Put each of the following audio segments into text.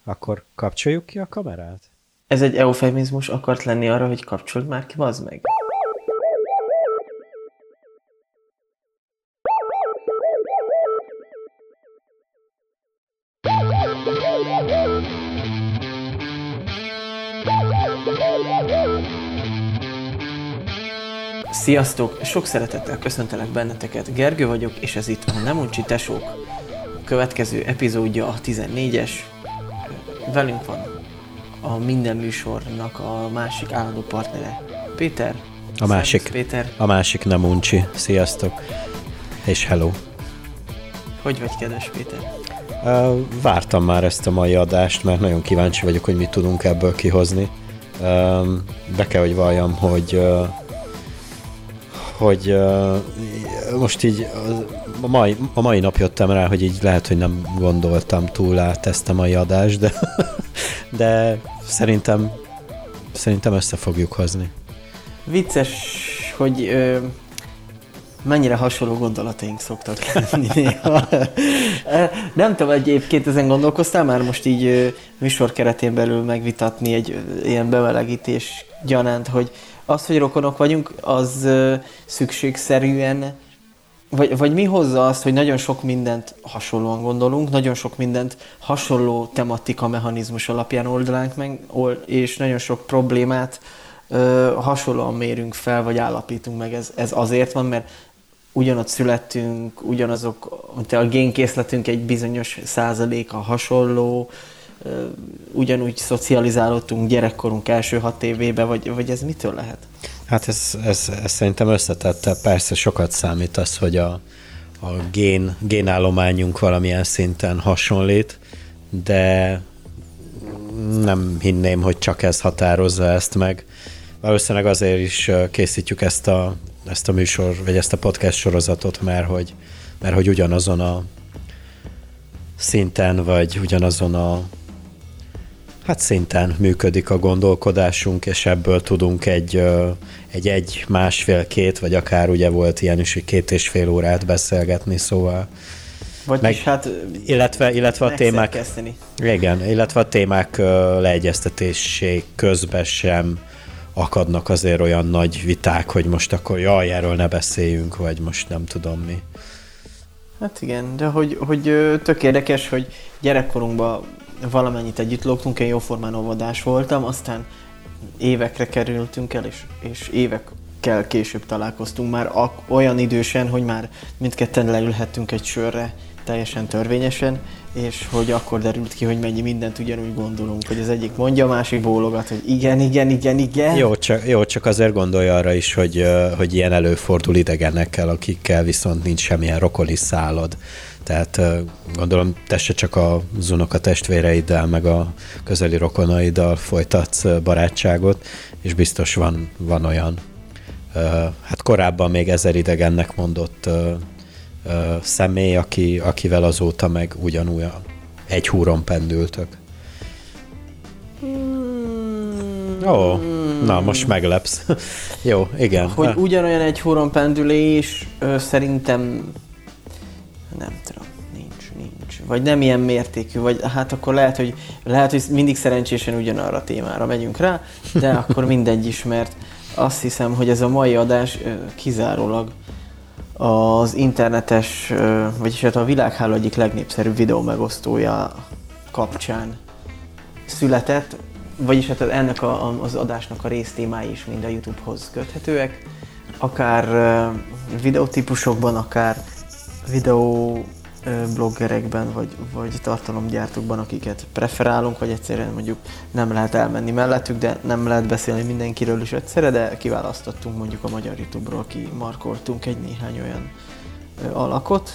Akkor kapcsoljuk ki a kamerát? Ez egy eufemizmus akart lenni arra, hogy kapcsold már ki, bazd meg. Sziasztok! Sok szeretettel köszöntelek benneteket. Gergő vagyok, és ez itt a Nem Uncsi Tesók. A következő epizódja a 14-es. Velünk van a minden műsornak a másik állandó partnere, Péter. A másik Nem Uncsi. Sziasztok! És hello! Hogy vagy, kedves Péter? Vártam már ezt a mai adást, mert nagyon kíváncsi vagyok, hogy mit tudunk ebből kihozni. Be kell, hogy valljam, hogy most így a mai nap jöttem rá, hogy így lehet, hogy nem gondoltam túl át ezt a mai adást, de szerintem össze fogjuk hozni. Vicces, hogy mennyire hasonló gondolataink szoktak lenni néha. Nem tudom, egyébként ezen gondolkoztál már most így műsor keretén belül megvitatni egy ilyen bemelegítés gyanánt, hogy az, hogy rokonok vagyunk, az szükségszerűen, vagy mi hozza azt, hogy nagyon sok mindent hasonlóan gondolunk, nagyon sok mindent hasonló tematika mechanizmus alapján oldanánk meg, és nagyon sok problémát hasonlóan mérünk fel, vagy állapítunk meg. Ez azért van, mert ugyanott születtünk, ugyanazok, a génkészletünk egy bizonyos százaléka hasonló, ugyanúgy szocializálódtunk gyerekkorunk első 6 évébe, vagy ez mitől lehet? Hát ez szerintem összetette. Persze sokat számít az, hogy a génállományunk valamilyen szinten hasonlít, de nem hinném, hogy csak ez határozza ezt meg. Valószínűleg azért is készítjük ezt a műsor, vagy ezt a podcast sorozatot, mert hogy ugyanazon a szinten, vagy ugyanazon a szinten működik a gondolkodásunk, és ebből tudunk egy másfél, 2, vagy akár ugye volt ilyen is, hogy 2,5 órát beszélgetni, szóval illetve a témák, igen, illetve a témák leegyeztetésé közben sem akadnak azért olyan nagy viták, hogy most akkor erről ne beszéljünk, vagy most nem tudom mi. Hát igen, de hogy tök érdekes, hogy gyerekkorunkban valamennyit együtt lógtunk, én jóformán óvodás voltam, aztán évekre kerültünk el, és évekkel később találkoztunk már olyan idősen, hogy már mindketten leülhettünk egy sörre teljesen törvényesen, és hogy akkor derült ki, hogy mennyi mindent ugyanúgy gondolunk, hogy az egyik mondja, a másik bólogat, hogy igen. Jó, csak azért gondolja arra is, hogy ilyen előfordul idegenekkel, akikkel viszont nincs semmilyen rokoni szálod. Tehát gondolom, te se csak az unoka testvéreiddel, meg a közeli rokonaiddal folytatsz barátságot, és biztos van olyan, hát korábban még 1000 idegennek mondott személy, akivel azóta meg ugyanúgy egy húron pendültök. Ó, na most meglepsz. Jó, igen. Hogy ugyanolyan egy húron pendülés, szerintem nem tudom, nincs. Vagy nem ilyen mértékű, vagy hát akkor lehet, hogy mindig szerencsésen ugyanarra a témára megyünk rá, de akkor mindegy is, mert azt hiszem, hogy ez a mai adás kizárólag az internetes, vagyis a világháló egyik legnépszerűbb videó megosztója kapcsán született, vagyis hát ennek az adásnak a résztémái is mind a YouTube-hoz köthetőek, akár videótípusokban, akár videóbloggerekben, vagy tartalomgyártókban, akiket preferálunk, vagy egyszerűen mondjuk nem lehet elmenni mellettük, de nem lehet beszélni mindenkiről is egyszerre, de kiválasztottunk mondjuk a magyar YouTube-ról, kimarkoltunk egy néhány olyan alakot.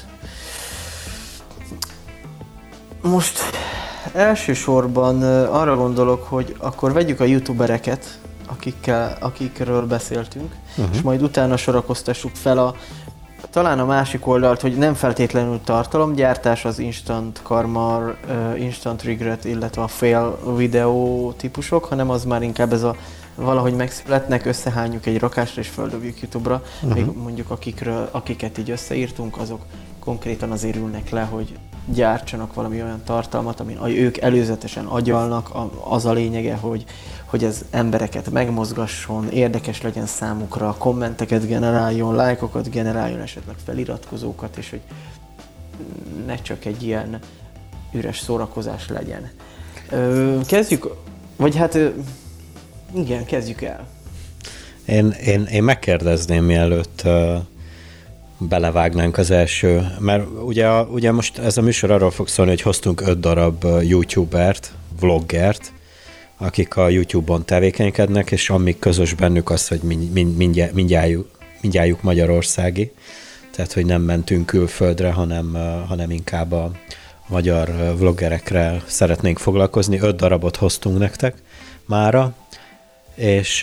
Most elsősorban arra gondolok, hogy akkor vegyük a youtubereket, akikről beszéltünk, és majd utána sorakoztassuk fel talán a másik oldalt, hogy nem feltétlenül tartalomgyártás, az instant karma, instant regret, illetve a fail videó típusok, hanem az már inkább ez a valahogy megszületnek, összehányjuk egy rakásra és földobjuk YouTube-ra. Még mondjuk akiket így összeírtunk, azok konkrétan azért ülnek le, hogy gyártsanak valami olyan tartalmat, amin ők előzetesen agyalnak, az a lényege, hogy ez embereket megmozgasson, érdekes legyen számukra, kommenteket generáljon, lájkokat generáljon, esetleg feliratkozókat, és hogy ne csak egy ilyen üres szórakozás legyen. Kezdjük, vagy hát igen, kezdjük el. Én megkérdezném, mielőtt belevágnánk az első, mert ugye most ez a műsor arról fog szólni, hogy hoztunk 5 darab youtubert, vloggert, akik a YouTube-on tevékenykednek, és amik közös bennük az, hogy mindjárt magyarországi, tehát hogy nem mentünk külföldre, hanem inkább a magyar vloggerekre szeretnénk foglalkozni. 5 darabot hoztunk nektek mára, és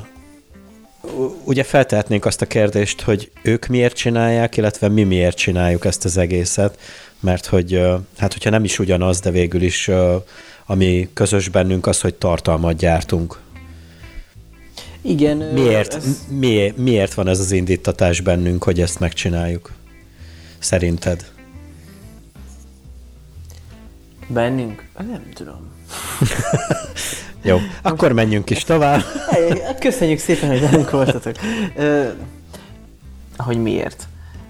ugye feltehetnénk azt a kérdést, hogy ők miért csinálják, illetve mi miért csináljuk ezt az egészet, mert hogy hát hogyha nem is ugyanaz, de végül is ami közös bennünk az, hogy tartalmat gyártunk. Igen. Miért van ez az indítatás bennünk, hogy ezt megcsináljuk? Szerinted? Bennünk? Nem tudom. Jó, akkor menjünk is tovább. Köszönjük szépen, hogy velünk voltatok. Hogy miért?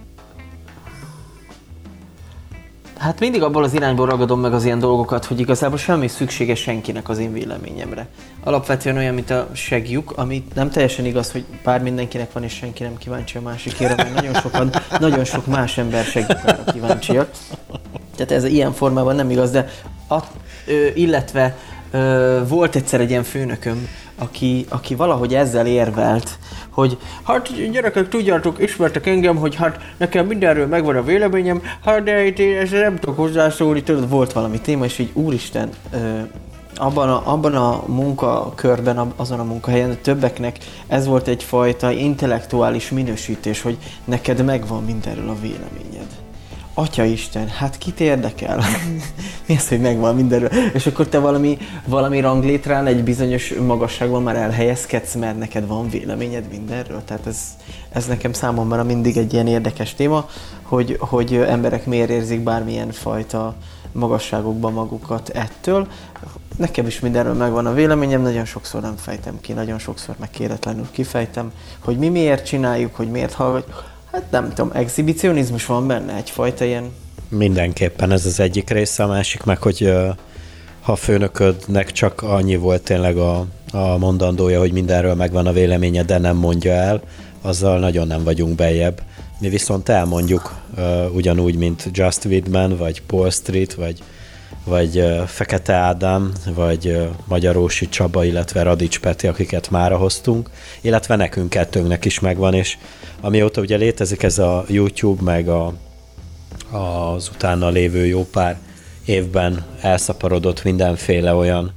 Hát mindig abból az irányból ragadom meg az ilyen dolgokat, hogy igazából semmi szüksége senkinek az én véleményemre. Alapvetően olyan, mint a segjuk, ami nem teljesen igaz, hogy bár mindenkinek van, és senki nem kíváncsi a másikére, mert nagyon sok más ember segjukára kíváncsiak. Tehát ez ilyen formában nem igaz, de illetve volt egyszer egy ilyen főnököm, aki valahogy ezzel érvelt, hogy hát gyerekek, tudjátok, ismertek engem, hogy hát nekem mindenről megvan a véleményem, hát de itt én ezzel nem tudok hozzászólni, tudod, volt valami téma, és így úristen, abban a munkakörben, azon a munkahelyen többeknek ez volt egyfajta intellektuális minősítés, hogy neked megvan mindenről a véleményed. Atyaisten, hát kit érdekel? Mi az, hogy megvan mindenről? És akkor te valami ranglétrán egy bizonyos magasságban már elhelyezkedsz, mert neked van véleményed mindenről. Tehát ez nekem számomra mindig egy ilyen érdekes téma, hogy emberek miért érzik bármilyen fajta magasságokban magukat ettől. Nekem is mindenről megvan a véleményem, nagyon sokszor nem fejtem ki, nagyon sokszor meg kéretlenül kifejtem, hogy mi miért csináljuk, hogy miért hallgatjuk. Hát nem tudom, exhibicionizmus van benne, egyfajta ilyen... Mindenképpen ez az egyik része, a másik meg, hogy ha a főnöködnek csak annyi volt tényleg a mondandója, hogy mindenről megvan a véleménye, de nem mondja el, azzal nagyon nem vagyunk beljebb. Mi viszont elmondjuk ugyanúgy, mint Just Widman, vagy Paul Street, vagy Fekete Ádám, vagy Magyarósi Csaba, illetve Radics Peti, akiket mára hoztunk, illetve nekünk kettőnknek is megvan, és amióta ugye létezik ez a YouTube, meg az utána lévő jó pár évben elszaporodott mindenféle olyan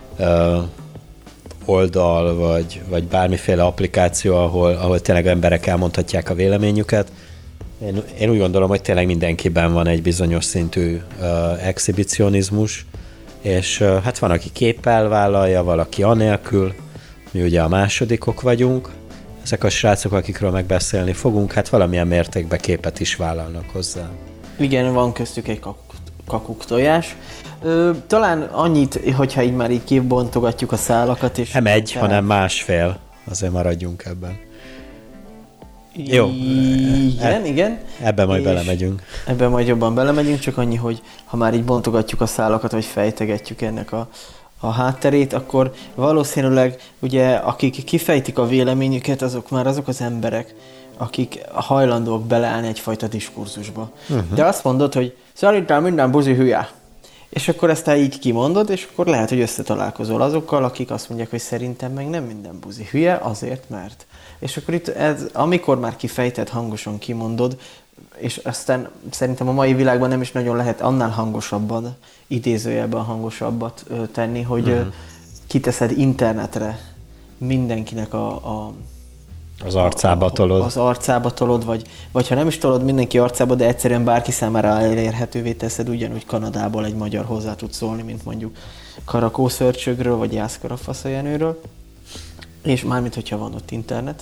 oldal, vagy bármiféle applikáció, ahol tényleg emberek elmondhatják a véleményüket. Én úgy gondolom, hogy tényleg mindenkiben van egy bizonyos szintű exhibicionizmus, és hát van, aki képpel vállalja, valaki anélkül, mi ugye a másodikok vagyunk, ezek a srácok, akikről megbeszélni fogunk, hát valamilyen mértékben képet is vállalnak hozzá. Igen, van köztük egy kakuktojás. Talán annyit, hogyha így már így kibontogatjuk a szálakat, és... Nem egy, hanem másfél. Azért maradjunk ebben. Jó. Igen. Ebben majd belemegyünk. Ebben majd jobban belemegyünk, csak annyi, hogy ha már így bontogatjuk a szálakat, vagy fejtegetjük ennek a hátterét, akkor valószínűleg ugye akik kifejtik a véleményüket, azok az emberek, akik hajlandóak beleállni egyfajta diskurzusba. De azt mondod, hogy szerintem minden buzi hülye. És akkor ezt így kimondod, és akkor lehet, hogy összetalálkozol azokkal, akik azt mondják, hogy szerintem meg nem minden buzi hülye, azért, mert. És akkor itt amikor már kifejted, hangosan kimondod, és aztán szerintem a mai világban nem is nagyon lehet annál hangosabban, idézőjelben hangosabbat tenni, hogy kiteszed internetre mindenkinek az arcába tolod. Az arcába tolod, vagy ha nem is tolod mindenki arcába, de egyszerűen bárki számára elérhetővé teszed, ugyanúgy Kanadából egy magyar hozzá tud szólni, mint mondjuk Karakó Szörcsögről, vagy Jászkara Faszajenőről. és mármint, hogyha van ott internet,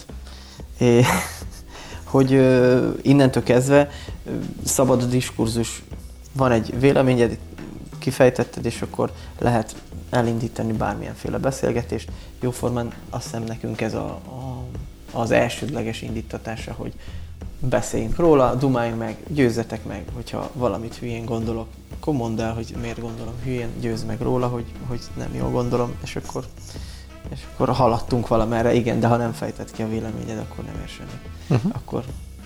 hogy innentől kezdve szabad a diskurzus, van egy véleményed, kifejtetted, és akkor lehet elindítani bármilyenféle beszélgetést. Jóformán azt hiszem nekünk ez az elsődleges indítatása, hogy beszéljünk róla, dumáljunk meg, győzzetek meg, hogyha valamit hülyén gondolok, akkor mondd el, hogy miért gondolom hülyén, győzz meg róla, hogy nem jól gondolom, és akkor haladtunk valamerre, igen, de ha nem fejtett ki a véleményed, akkor nem ér semmi. Akkor...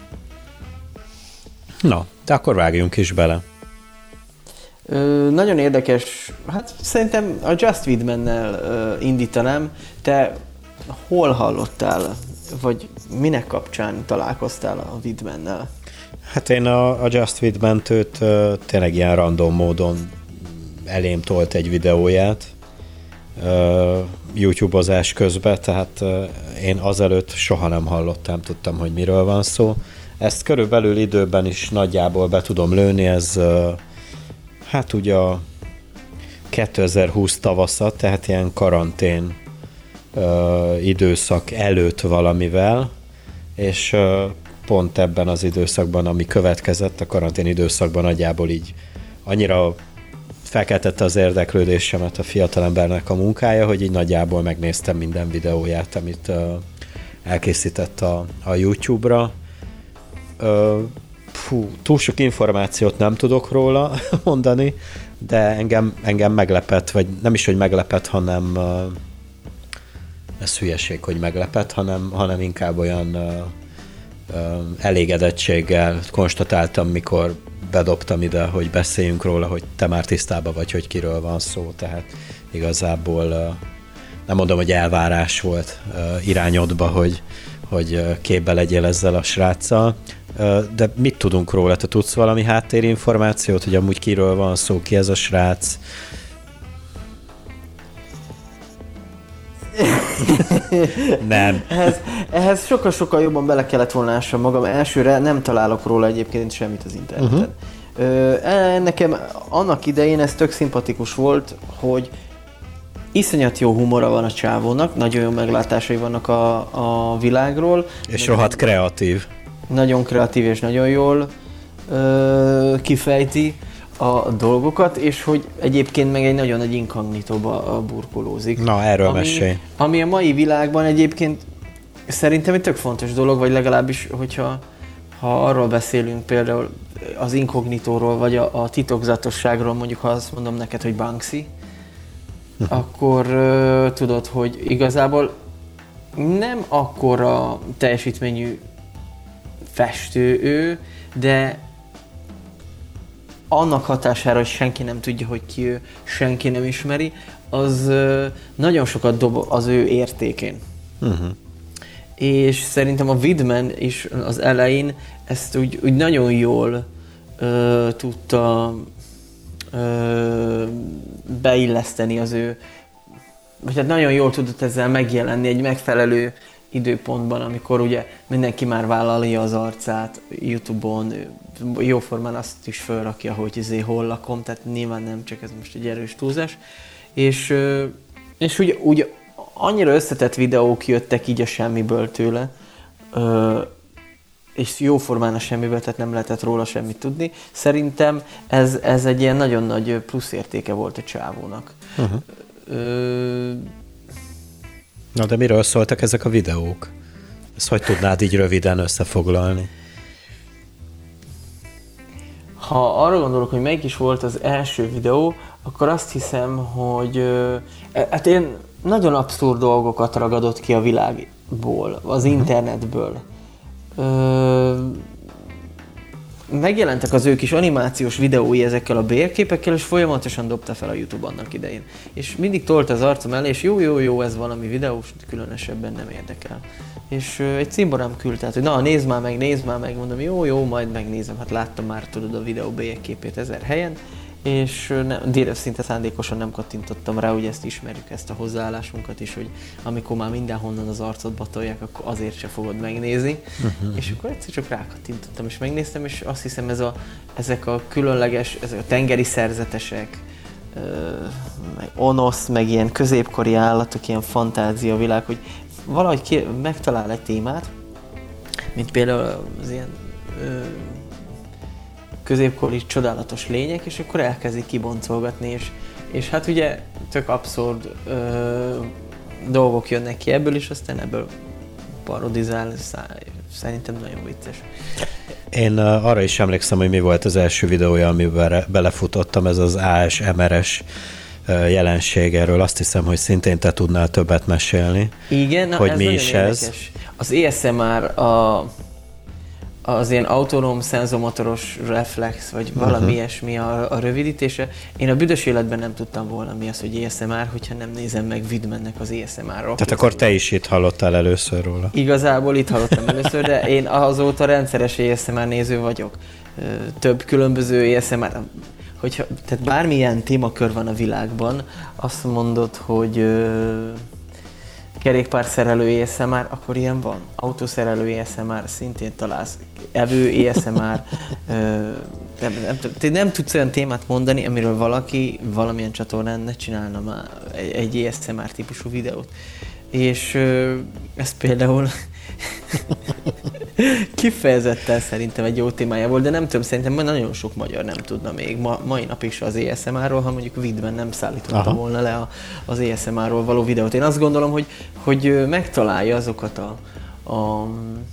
Na, de akkor vágjunk is bele. Nagyon érdekes, hát szerintem a Just Widmannel indítanám. Te hol hallottál, vagy minek kapcsán találkoztál a Widmannel? Hát én a Just Widmann-t őt tényleg ilyen random módon elém tolt egy videóját YouTube-ozás közben, tehát én azelőtt soha nem hallottam, tudtam, hogy miről van szó. Ezt körülbelül időben is nagyjából be tudom lőni, ez hát ugye a 2020 tavasza, tehát ilyen karantén időszak előtt valamivel, és pont ebben az időszakban, ami következett, a karantén időszakban nagyjából így annyira felkeltette az érdeklődésemet a fiatalembernek a munkája, hogy így nagyjából megnéztem minden videóját, amit elkészített a YouTube-ra. Túl sok információt nem tudok róla mondani, de engem meglepett, vagy nem is, hogy meglepett, hanem ez hülyeség, hogy meglepett, hanem inkább olyan elégedettséggel konstatáltam, mikor bedobtam ide, hogy beszéljünk róla, hogy te már tisztában vagy, hogy kiről van szó, tehát igazából nem mondom, hogy elvárás volt irányodba, hogy képbe legyél ezzel a sráccal, de mit tudunk róla? Te tudsz valami háttérinformációt, hogy amúgy kiről van szó, ki ez a srác? Nem. Ehhez sokkal jobban bele kellett volna ássam magam. Elsőre nem találok róla egyébként semmit az interneten. Nekem annak idején ez tök szimpatikus volt, hogy iszonyat jó humora van a csávónak, nagyon jó meglátásai vannak a világról. És rohadt kreatív. Nagyon kreatív és nagyon jól kifejti a dolgokat, és hogy egyébként meg egy nagyon nagy inkognitóba burkolózik. Na, erről mesélj. Ami a mai világban egyébként szerintem egy tök fontos dolog, vagy legalábbis, hogyha arról beszélünk például az inkognitóról, vagy a titokzatosságról, mondjuk ha azt mondom neked, hogy Banksy, akkor tudod, hogy igazából nem akkora teljesítményű festő ő, de annak hatására, hogy senki nem tudja, hogy ki ő, senki nem ismeri, az nagyon sokat dob az ő értékén. És szerintem a Widmann is az elején ezt úgy nagyon jól tudta beilleszteni az ő, vagy hát nagyon jól tudott ezzel megjelenni egy megfelelő időpontban, amikor ugye mindenki már vállalja az arcát YouTube-on, jóformán azt is felrakja, hogy hol lakom, tehát nyilván nem, csak ez most egy erős túlzás. És úgy annyira összetett videók jöttek így a semmiből tőle, és jóformán a semmiből, tehát nem lehetett róla semmit tudni. Szerintem ez egy ilyen nagyon nagy plusz értéke volt a csávónak. Na de miről szóltak ezek a videók? Ezt hogy tudnád így röviden összefoglalni? Ha arra gondolok, hogy melyik is volt az első videó, akkor azt hiszem, hogy hát én nagyon abszurd dolgokat ragadott ki a világból, az internetből. Megjelentek az ő kis animációs videói ezekkel a bérképekkel, és folyamatosan dobta fel a YouTube annak idején. És mindig tolt az arcom elé, és jó, ez valami videós, különösebben nem érdekel. És egy cimborám küldte, hogy na, nézd már meg, mondom, jó, majd megnézem, hát láttam már, tudod, a videó bérképét 1000 helyen, és szinte szándékosan nem kattintottam rá, hogy ezt ismerjük, ezt a hozzáállásunkat is, hogy amikor már mindenhonnan az arcodba tolják, akkor azért se fogod megnézni. És akkor egyszer csak rákattintottam és megnéztem, és azt hiszem ezek a különleges, ezek a tengeri szerzetesek, meg onosz, meg ilyen középkori állatok, ilyen fantáziavilág, hogy valahogy megtalál egy témát, mint például az ilyen középkori csodálatos lények, és akkor elkezdik kiboncolgatni, és hát ugye tök abszurd dolgok jönnek ki ebből, és aztán ebből parodizál, szerintem nagyon vicces. Én arra is emlékszem, hogy mi volt az első videója, amiben belefutottam, ez az ASMR-es jelenség, erről azt hiszem, hogy szintén te tudnál többet mesélni. Igen, hogy ez mi is érdekes. ez. Az ASMR az ilyen autonóm szenzomotoros reflex, vagy valami ilyesmi a rövidítése. Én a büdös életben nem tudtam volna mi az, hogy ASMR, hogyha nem nézem meg Widmannek az ASMR-ról. Tehát akkor te is itt hallottál először róla. Igazából itt hallottam először, de én azóta rendszeres ASMR néző vagyok. Több különböző ASMR... tehát bármilyen témakör van a világban, azt mondod, hogy kerékpárszerelő ASMR, akkor ilyen van. Autószerelő ASMR, szintén találsz. Evő ASMR. Nem tudsz olyan témát mondani, amiről valaki valamilyen csatornán ne csinálna már egy ASMR típusú videót. És ez például kifejezetten szerintem egy jó témája volt, de nem tudom, szerintem nagyon sok magyar nem tudna még mai nap is az ASMR-ról, ha mondjuk Widman nem szállította volna le az ASMR-ról való videót. Én azt gondolom, hogy megtalálja azokat a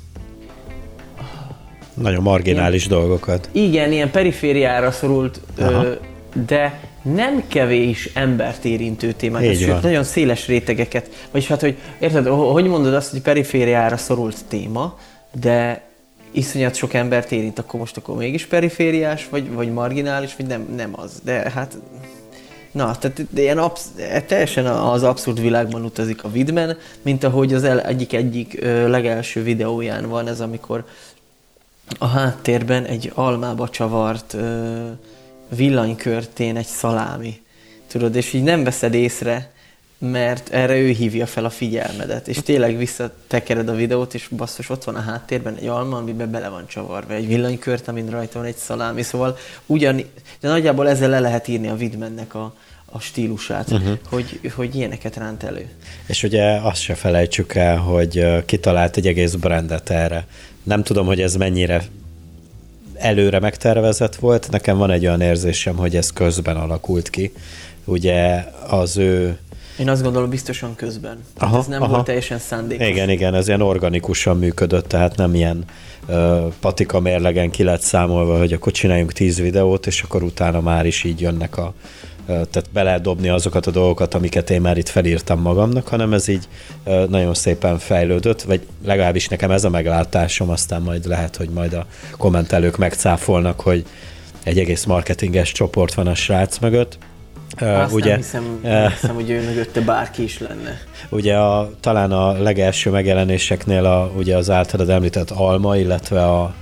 nagyon marginális dolgokat. Igen, ilyen perifériára szorult, de nem kevés embert érintő témát, sőt nagyon széles rétegeket. Vagyis hát, hogy érted, hogy mondod azt, hogy perifériára szorult téma, de iszonyat sok embert érint, akkor mégis perifériás, vagy marginális, vagy nem az. De hát, na, tehát ilyen teljesen az abszurd világban utazik a Widman, mint ahogy az egyik legelső videóján van ez, amikor a háttérben egy almába csavart villanykörtén egy szalámi. Tudod, és így nem veszed észre, mert erre ő hívja fel a figyelmedet. És tényleg visszatekered a videót, és basszus, ott van a háttérben egy alma, amiben bele van csavarva. Egy villanykört, amin rajta van egy szalámi. Szóval de nagyjából ezzel le lehet írni a Widmannek a stílusát, hogy ilyeneket ránt elő. És ugye azt se felejtsük el, hogy kitalált egy egész brandet erre. Nem tudom, hogy ez mennyire előre megtervezett volt. Nekem van egy olyan érzésem, hogy ez közben alakult ki. Ugye az ő... Én azt gondolom, biztosan közben. Ez nem volt teljesen szándékos. Igen, ez ilyen organikusan működött, tehát nem ilyen patika mérlegen ki lett számolva, hogy akkor csináljunk 10 videót, és akkor utána már is így jönnek tehát be lehet dobni azokat a dolgokat, amiket én már itt felírtam magamnak, hanem ez így nagyon szépen fejlődött, vagy legalábbis nekem ez a meglátásom, aztán majd lehet, hogy majd a kommentelők megcáfolnak, hogy egy egész marketinges csoport van a srác mögött. Ugye, nem hiszem, hogy ő mögötte bárki is lenne. Ugye talán a legelső megjelenéseknél ugye az általad említett alma, illetve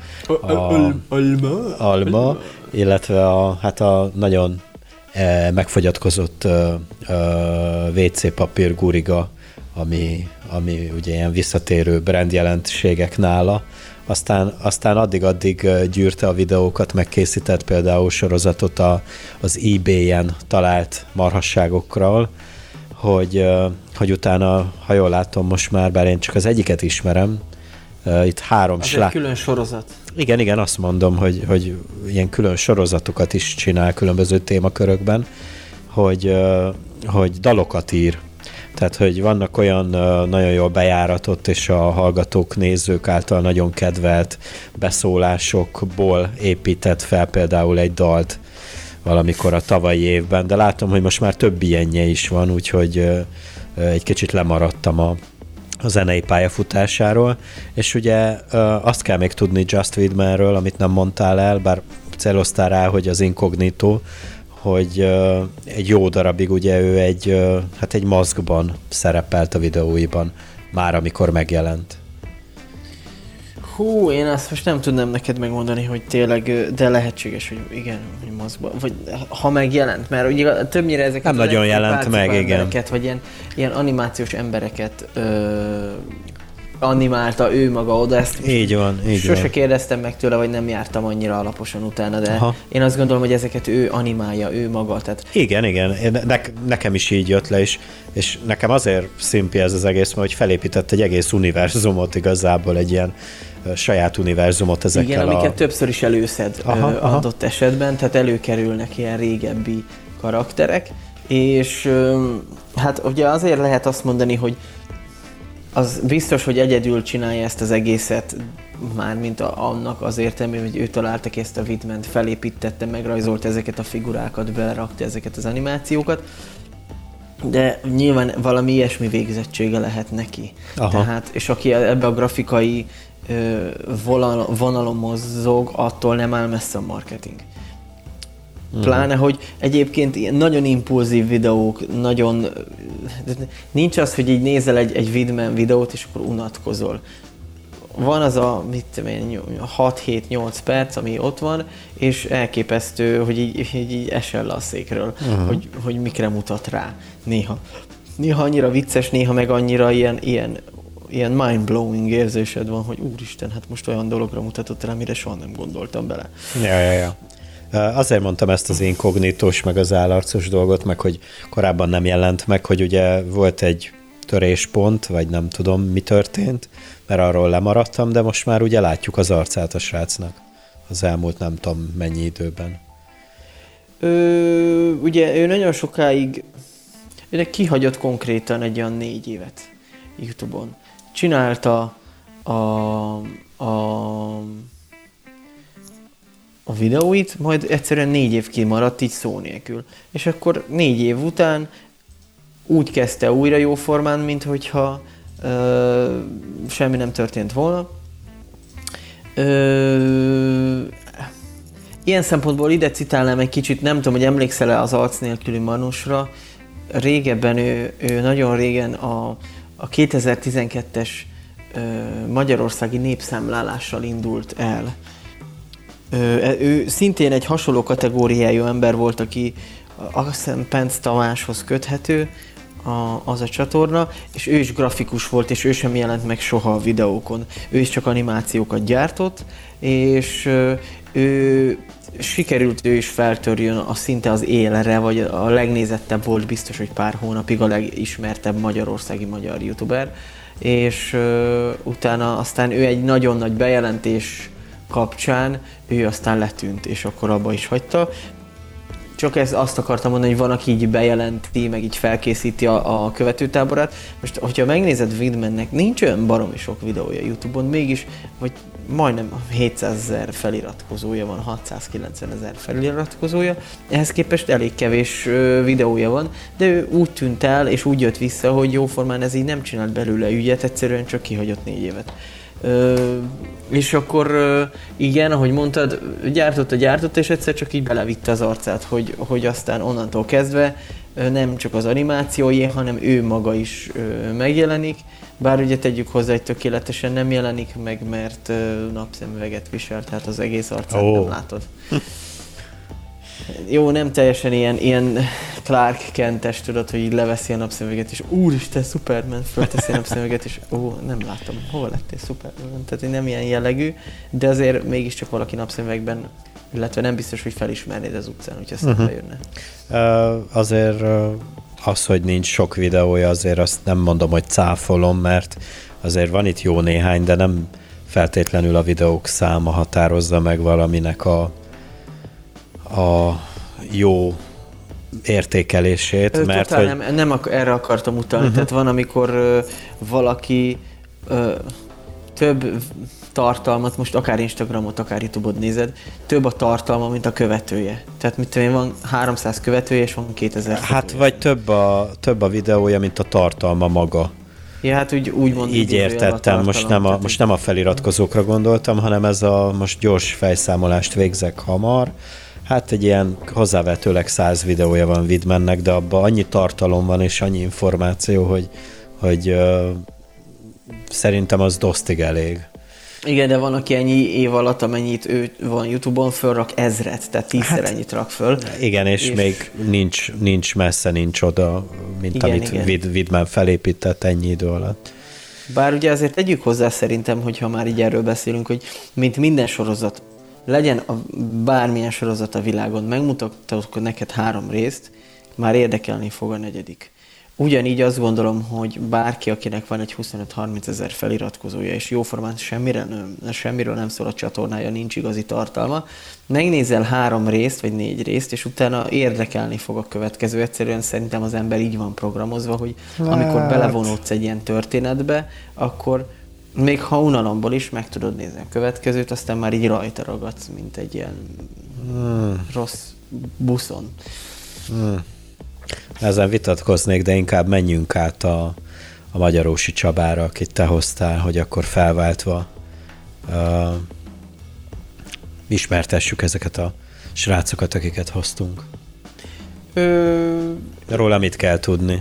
alma, illetve a nagyon megfogyatkozott WC papír guriga, ami ugye ilyen visszatérő brand jelentségek nála. Aztán addig gyűrte a videókat, megkészített például sorozatot az eBay-en talált marhasságokról, hogy utána, ha jól látom most már, bár én csak az egyiket ismerem, itt 3 egy külön sorozat. Igen, azt mondom, hogy ilyen külön sorozatokat is csinál különböző témakörökben, hogy dalokat ír. Tehát, hogy vannak olyan nagyon jól bejáratott és a hallgatók, nézők által nagyon kedvelt beszólásokból épített fel például egy dalt valamikor a tavalyi évben, de látom, hogy most már több ilyenje is van, úgyhogy egy kicsit lemaradtam a zenei pályafutásáról, és ugye azt kell még tudni Just Widmanről, amit nem mondtál el, bár céloztál rá, hogy az Incognito, hogy egy jó darabig ugye ő egy maszkban szerepelt a videóiban, már amikor megjelent. Hú, én ezt most nem tudnám neked megmondani, hogy tényleg, de lehetséges, hogy igen, hogy maszkban, vagy ha megjelent, mert ugye többnyire ezeket nem nagyon jelent meg, igen. Vagy ilyen animációs embereket animálta ő maga oda, ezt így van. Sose kérdeztem meg tőle, vagy nem jártam annyira alaposan utána, de én azt gondolom, hogy ezeket ő animálja, ő maga. Tehát... Igen. Nekem is így jött le, és nekem azért szimpi ez az egész, mert hogy felépített egy egész univerzumot igazából, egy ilyen saját univerzumot ezekkel. Igen, amiket többször is előszed adott esetben, tehát előkerülnek ilyen régebbi karakterek, és hát ugye azért lehet azt mondani, hogy az biztos, hogy egyedül csinálja ezt az egészet, mármint annak az értelmű, hogy ő találta ki ezt a Widment, felépítette, megrajzolt ezeket a figurákat, belerakta ezeket az animációkat, de nyilván valami ilyesmi végzettsége lehet neki. Tehát, és aki ebbe a grafikai vonalon mozog, attól nem áll messze a marketing. Pláne, hogy egyébként nagyon impulzív videók, nagyon... Nincs az, hogy így nézel egy Widman videót, és akkor unatkozol. Van az a, 6-7-8 perc, ami ott van, és elképesztő, hogy így esel le a székről, hogy mikre mutat rá néha. Néha annyira vicces, néha meg annyira ilyen mind-blowing érzésed van, hogy úristen, hát most olyan dologra mutatott rá, amire soha nem gondoltam bele. Ja. Azért mondtam ezt az inkognitós, meg az állarcos dolgot, meg hogy korábban nem jelent meg, hogy ugye volt egy töréspont, vagy nem tudom, mi történt, mert arról lemaradtam, de most már ugye látjuk az arcát a srácnak az elmúlt nem tudom mennyi időben. Ugye ő nagyon sokáig, őnek kihagyott konkrétan egy olyan 4 évet YouTube-on. Csinálta a videóit, majd egyszerűen 4 év kimaradt így szó nélkül. És akkor 4 év után úgy kezdte újra jóformán, minthogyha semmi nem történt volna. Ilyen szempontból ide citálnám egy kicsit, nem tudom, hogy emlékszel-e az Arc nélküli Manusra. Régebben ő nagyon régen a 2012-es magyarországi népszámlálással indult el. Ő szintén egy hasonló kategóriájú ember volt, aki azt hiszem Penc Tamáshoz köthető, az a csatorna, és ő is grafikus volt, és ő sem jelent meg soha a videókon. Ő is csak animációkat gyártott, és ő sikerült ő is feltörjön szinte az élre, vagy a legnézettebb volt biztos, hogy pár hónapig a legismertebb magyarországi magyar youtuber, és utána aztán ő egy nagyon nagy bejelentés kapcsán, ő aztán letűnt, és akkor abba is hagyta. Csak azt akartam mondani, hogy van, aki így bejelenti, meg így felkészíti a követőtáborát. Most, hogyha megnézed Widmannek, nincs olyan baromi sok videója YouTube-on, mégis, vagy majdnem 700 000 feliratkozója van, 690 000 feliratkozója. Ehhez képest elég kevés videója van, de ő úgy tűnt el, és úgy jött vissza, hogy jóformán ez így nem csinált belőle ügyet, egyszerűen csak kihagyott 4 évet. És akkor igen, ahogy mondtad, gyártotta, és egyszer csak így belevitte az arcát, hogy aztán onnantól kezdve nem csak az animációi, hanem ő maga is megjelenik, bár ugye tegyük hozzá, hogy tökéletesen nem jelenik meg, mert napszemüveget visel, tehát az egész arcát nem látod. Jó, nem teljesen ilyen Clark Kent-es, tudod, hogy így leveszi a napszemüveget, és úristen, Superman, fölteszi a napszemüveget, és nem látom, hova lettél Superman? Tehát nem ilyen jellegű, de azért mégiscsak valaki napszemüvegben, illetve nem biztos, hogy felismernéd az utcán, hogyha szembe jönne. Azért az, hogy nincs sok videója, azért azt nem mondom, hogy cáfolom, mert azért van itt jó néhány, de nem feltétlenül a videók száma határozza meg valaminek a jó értékelését, mert totál hogy... nem erre akartam utalni, tehát van, amikor valaki több tartalmat, most akár Instagramot, akár YouTube-ot nézed, több a tartalma, mint a követője. Tehát mit tudom én, van 300 követője, és van 2000 Hát vagy több a videója, mint a tartalma maga. Ja, hát úgy mondom. Így értettem, most nem a feliratkozókra gondoltam, hanem ez most gyors fejszámolást végzek hamar. Hát egy ilyen hozzávetőleg 100 videója van Widmannek, de abban annyi tartalom van és annyi információ, hogy szerintem az dosztig elég. Igen, de van, aki ennyi év alatt, amennyit ő van YouTube-on, fölrak 1000-et, tehát 10-szer ennyit rak föl. Igen, és még nincs messze, nincs oda, mint igen, amit Widman felépített ennyi idő alatt. Bár ugye azért tegyük hozzá szerintem, hogyha már így erről beszélünk, hogy mint minden sorozat, legyen bármilyen sorozat a világon, megmutatok neked 3 részt, már érdekelni fog a 4. Ugyanígy azt hogy bárki, akinek van egy 25-30 ezer feliratkozója, és jóformán semmiről nem szól a csatornája, nincs igazi tartalma, megnézel 3 részt, vagy 4 részt, és utána érdekelni fog a következő. Egyszerűen szerintem az ember így van programozva, hogy amikor belevonódsz egy ilyen történetbe, akkor még ha unalomból is meg tudod nézni a következőt, aztán már így rajta ragadsz, mint egy ilyen rossz buszon. Ezen vitatkoznék, de inkább menjünk át a Magyarósi Csabára, akit te hoztál, hogy akkor felváltva ismertessük ezeket a srácokat, akiket hoztunk. Róla mit kell tudni?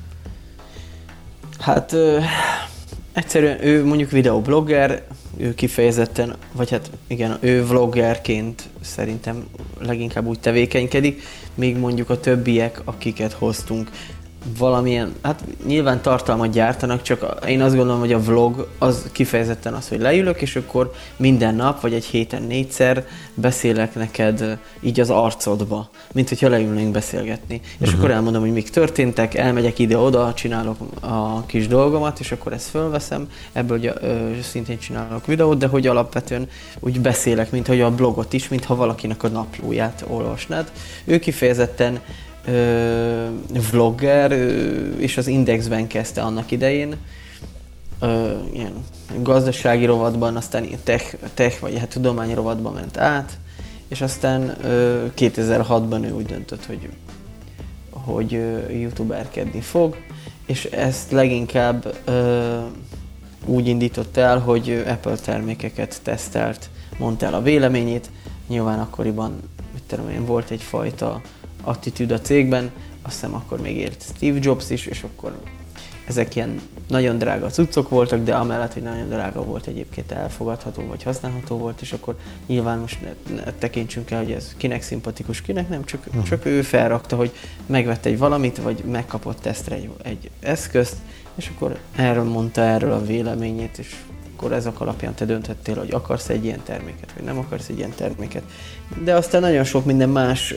Hát egyszerűen ő mondjuk videoblogger, ő kifejezetten, vagy hát igen, ő vloggerként szerintem leginkább úgy tevékenykedik, még mondjuk a többiek, akiket hoztunk, valamilyen, hát nyilván tartalmat gyártanak, csak én azt gondolom, hogy a vlog az kifejezetten az, hogy leülök, és akkor minden nap, vagy egy héten 4-szer beszélek neked így az arcodba, mint hogyha leülnénk beszélgetni. És akkor elmondom, hogy mik történtek, elmegyek ide-oda, csinálok a kis dolgomat, és akkor ezt fölveszem, ebből szintén csinálok videót, de hogy alapvetően úgy beszélek, mint hogy a blogot is, mintha valakinek a naplóját olvasnád. Ő kifejezetten vlogger, és az Indexben kezdte annak idején, ilyen gazdasági rovatban, aztán tech vagy hát tudományi rovatban ment át, és aztán 2006-ban ő úgy döntött, hogy youtuberkedni fog, és ezt leginkább úgy indított el, hogy Apple termékeket tesztelt, mondta el a véleményét, nyilván akkoriban volt egyfajta attitűd a cégben, azt hiszem akkor még élt Steve Jobs is, és akkor ezek ilyen nagyon drága cuccok voltak, de amellett, hogy nagyon drága volt, egyébként elfogadható vagy használható volt, és akkor nyilván most ne tekintsünk el, hogy ez kinek szimpatikus, kinek nem, csak ő felrakta, hogy megvette egy valamit, vagy megkapott tesztre egy eszközt, és akkor erről mondta erről a véleményét, és akkor ezek alapján te dönthettél, hogy akarsz egy ilyen terméket, vagy nem akarsz egy ilyen terméket. De aztán nagyon sok minden más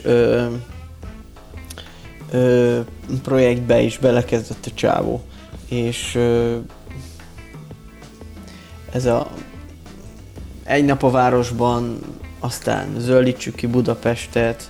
projektbe is belekezdett a csávó, és ez egy nap a városban, aztán zöldítsük ki Budapestet,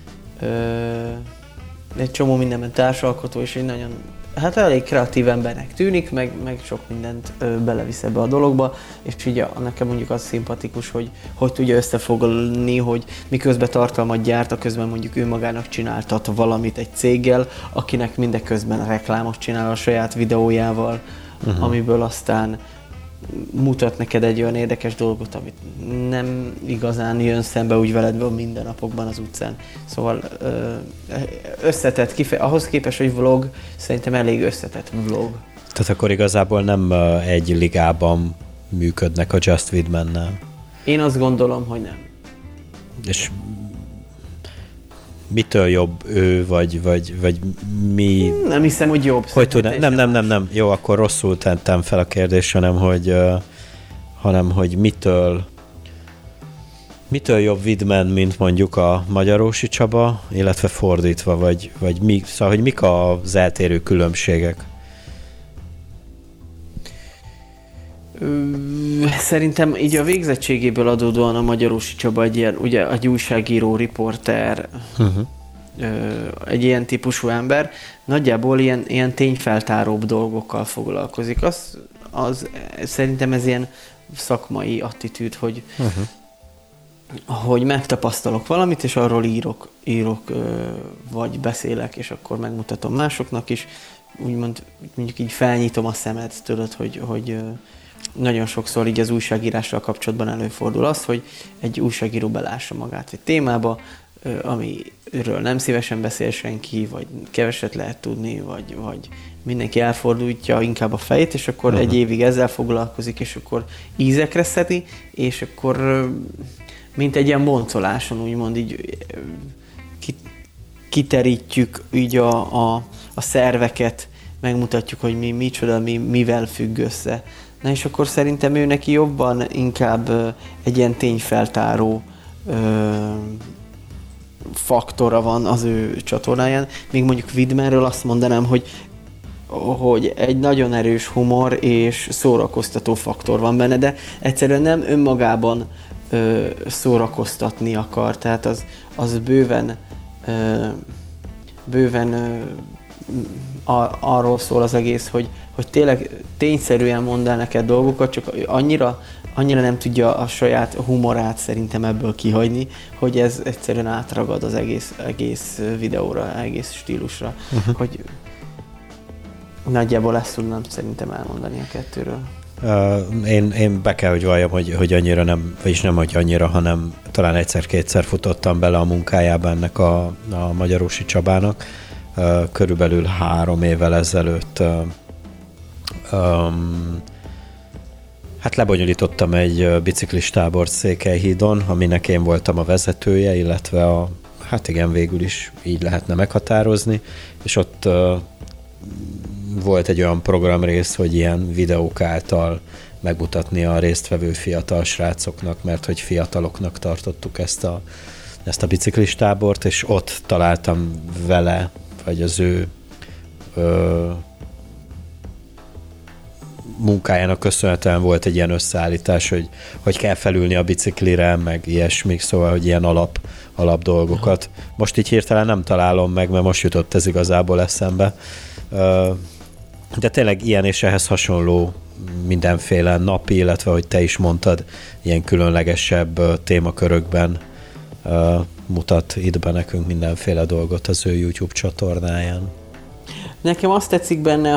egy csomó mindenben társalkotó, és egy nagyon, hát elég kreatív embernek tűnik, meg sok mindent belevisz ebbe a dologba, és így nekem mondjuk az szimpatikus, hogy tudja összefoglalni, hogy miközben tartalmat gyárt, közben mondjuk ő magának csináltat valamit egy céggel, akinek mindeközben reklámot csinál a saját videójával, amiből aztán mutat neked egy olyan érdekes dolgot, amit nem igazán jön szembe úgy veled a mindennapokban az utcán. Szóval összetett, ahhoz képest, hogy vlog, szerintem elég összetett vlog. Tehát akkor igazából nem egy ligában működnek a Just Widmannel. Én azt gondolom, hogy nem. És mitől jobb ő, vagy mi? Nem hiszem, hogy jobb. Hogy nem. Jó, akkor rosszul tettem fel a kérdést, hanem hogy mitől jobb Widmann, mint mondjuk a Magyarósi Csaba, illetve fordítva, vagy mi, szóval, hogy mik az eltérő különbségek? Szerintem így a végzettségéből adódóan a Magyarósi Csaba egy ilyen, ugye egy újságíró, riporter, egy ilyen típusú ember, nagyjából ilyen tényfeltáróbb dolgokkal foglalkozik. Szerintem ez ilyen szakmai attitűd, hogy megtapasztalok valamit, és arról írok vagy beszélek, és akkor megmutatom másoknak is. Úgymond mondjuk így felnyitom a szemet, tudod, hogy nagyon sokszor így az újságírással kapcsolatban előfordul az, hogy egy újságíró belássa magát egy témába, amiről nem szívesen beszél senki, vagy keveset lehet tudni, vagy mindenki elfordulja inkább a fejét, és akkor egy évig ezzel foglalkozik, és akkor ízekre szedi, és akkor mint egy ilyen boncoláson, úgymond így kiterítjük így a szerveket, megmutatjuk, hogy mi micsoda, mivel függ össze. Na és akkor szerintem ő neki jobban inkább egy ilyen tényfeltáró faktora van az ő csatornáján. Még mondjuk Widmerről azt mondanám, hogy egy nagyon erős humor és szórakoztató faktor van benne, de egyszerűen nem önmagában szórakoztatni akar, tehát az bőven arról szól az egész, hogy tényleg tényszerűen mond el neked dolgokat, csak annyira nem tudja a saját humorát szerintem ebből kihagyni, hogy ez egyszerűen átragad az egész videóra, egész stílusra, hogy nagyjából ezt tudnám szerintem elmondani a kettőről. Én be kell, hogy valljam, hogy annyira nem, vagyis nem, hogy annyira, hanem talán egyszer-kétszer futottam bele a munkájába ennek a Magyarósi Csabának. Körülbelül 3 évvel ezelőtt hát lebonyolítottam egy biciklistábort Székelyhídon, aminek én voltam a vezetője, illetve hát igen, végül is így lehetne meghatározni, és ott volt egy olyan programrész, hogy ilyen videók által megmutatni a résztvevő fiatal srácoknak, mert hogy fiataloknak tartottuk ezt a biciklistábort, és ott találtam vele, vagy az ő munkájának köszönhetően volt egy ilyen összeállítás, hogy kell felülni a biciklire, meg ilyesmi, szóval, hogy ilyen alap dolgokat. Most így hirtelen nem találom meg, mert most jutott ez igazából eszembe. De tényleg ilyen és ehhez hasonló mindenféle napi, illetve, hogy te is mondtad, ilyen különlegesebb témakörökben mutat itt be nekünk mindenféle dolgot az ő YouTube csatornáján. Nekem azt tetszik benne,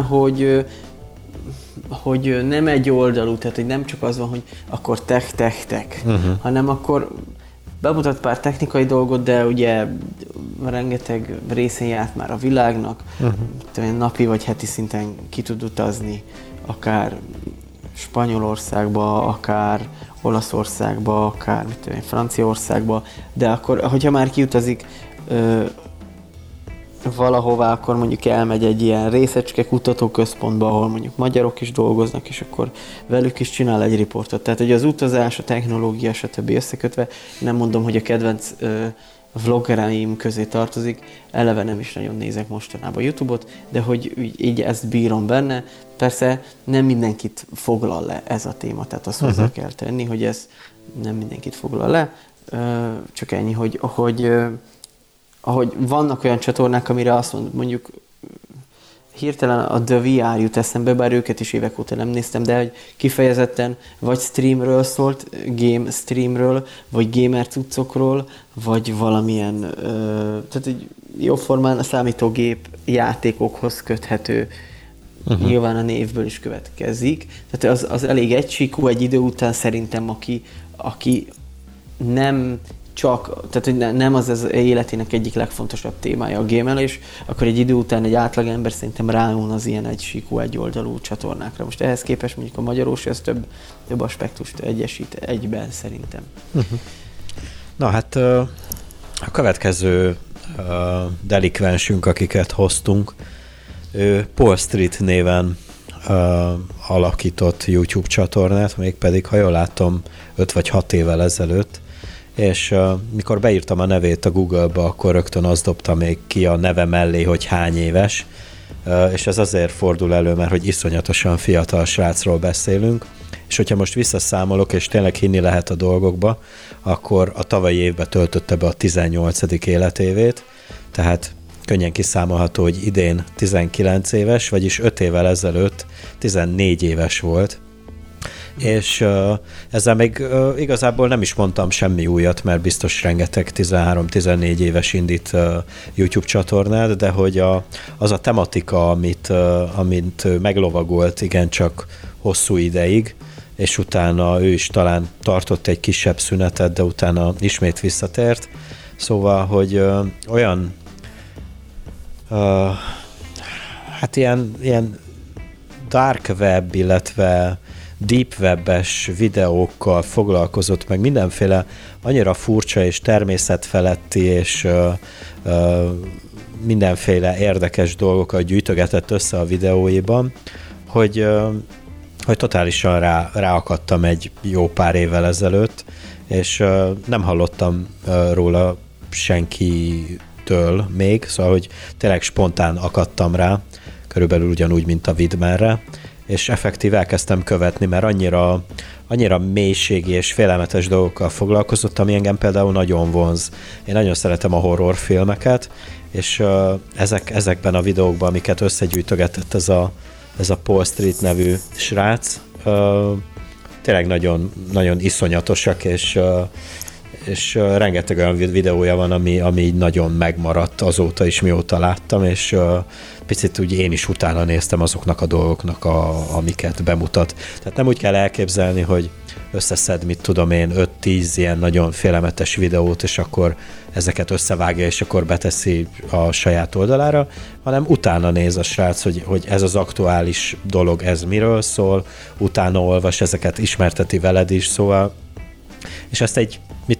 hogy nem egy oldalú, tehát hogy nem csak az van, hogy akkor tech, hanem akkor bemutat pár technikai dolgot, de ugye rengeteg részén járt már a világnak, napi vagy heti szinten ki tud utazni, akár Spanyolországba, akár Olaszországba, akár Franciaországba, de akkor, hogyha már kiutazik valahová, akkor mondjuk elmegy egy ilyen részecske kutatóközpontba, ahol mondjuk magyarok is dolgoznak, és akkor velük is csinál egy riportot. Tehát, hogy az utazás, a technológia, stb. Összekötve, nem mondom, hogy a kedvenc vloggereim közé tartozik, eleve nem is nagyon nézek mostanában YouTube-ot, de hogy így ezt bírom benne. Persze nem mindenkit foglal le ez a téma, tehát azt hozzá kell tenni, hogy ez nem mindenkit foglal le, csak ennyi, ahogy vannak olyan csatornák, amire azt mondjuk hirtelen a The VR jut eszembe, bár őket is évek óta nem néztem, de hogy kifejezetten vagy streamről szólt, game streamről, vagy gamer cuccokról, vagy valamilyen, tehát egy jóformán a számítógép játékokhoz köthető, nyilván a névből is következik. Tehát az elég egysíkú egy idő után szerintem, aki nem csak, tehát hogy nem az életének egyik legfontosabb témája a gémelés, akkor egy idő után egy átlagember szerintem rájön az ilyen egysíkú, egyoldalú csatornákra. Most ehhez képest mondjuk a Magyarósi az több aspektust egyesít egyben szerintem. Na hát a következő delikvensünk, akiket hoztunk, ő Paul Street néven alakított YouTube csatornát, mégpedig, ha jól látom, 5 vagy 6 évvel ezelőtt, és mikor beírtam a nevét a Google-ba, akkor rögtön azt dobta még ki a neve mellé, hogy hány éves, és ez azért fordul elő, mert hogy iszonyatosan fiatal srácról beszélünk, és hogyha most visszaszámolok, és tényleg hinni lehet a dolgokba, akkor a tavalyi évben töltötte be a 18. életévét, tehát könnyen kiszámolható, hogy idén 19 éves, vagyis 5 évvel ezelőtt 14 éves volt, és ezzel még igazából nem is mondtam semmi újat, mert biztos rengeteg 13-14 éves indít YouTube csatornát, de hogy az a tematika, amit meglovagolt igencsak hosszú ideig, és utána ő is talán tartott egy kisebb szünetet, de utána ismét visszatért. Szóval, hogy olyan hát ilyen dark web, illetve deep web-es videókkal foglalkozott, meg mindenféle annyira furcsa és természetfeletti és mindenféle érdekes dolgokat gyűjtögetett össze a videóiban, hogy totálisan ráakadtam egy jó pár évvel ezelőtt, és nem hallottam róla senkitől még, szóval, hogy tényleg spontán akadtam rá, körülbelül ugyanúgy, mint a Widmerre, és effektív elkezdtem követni, mert annyira mélységi és félelmetes dolgokkal foglalkozott, ami engem például nagyon vonz. Én nagyon szeretem a horrorfilmeket, és ezekben a videókban, amiket összegyűjtögetett ez a Paul Street nevű srác, tényleg nagyon, nagyon iszonyatosak, és rengeteg olyan videója van, ami így nagyon megmaradt azóta is, mióta láttam, és picit úgy én is utána néztem azoknak a dolgoknak, amiket bemutat. Tehát nem úgy kell elképzelni, hogy összeszed, mit tudom én, 5-10 ilyen nagyon félelmetes videót, és akkor ezeket összevágja, és akkor beteszi a saját oldalára, hanem utána néz a srác, hogy ez az aktuális dolog, ez miről szól, utána olvas, ezeket ismerteti veled is, szóval, és ezt egy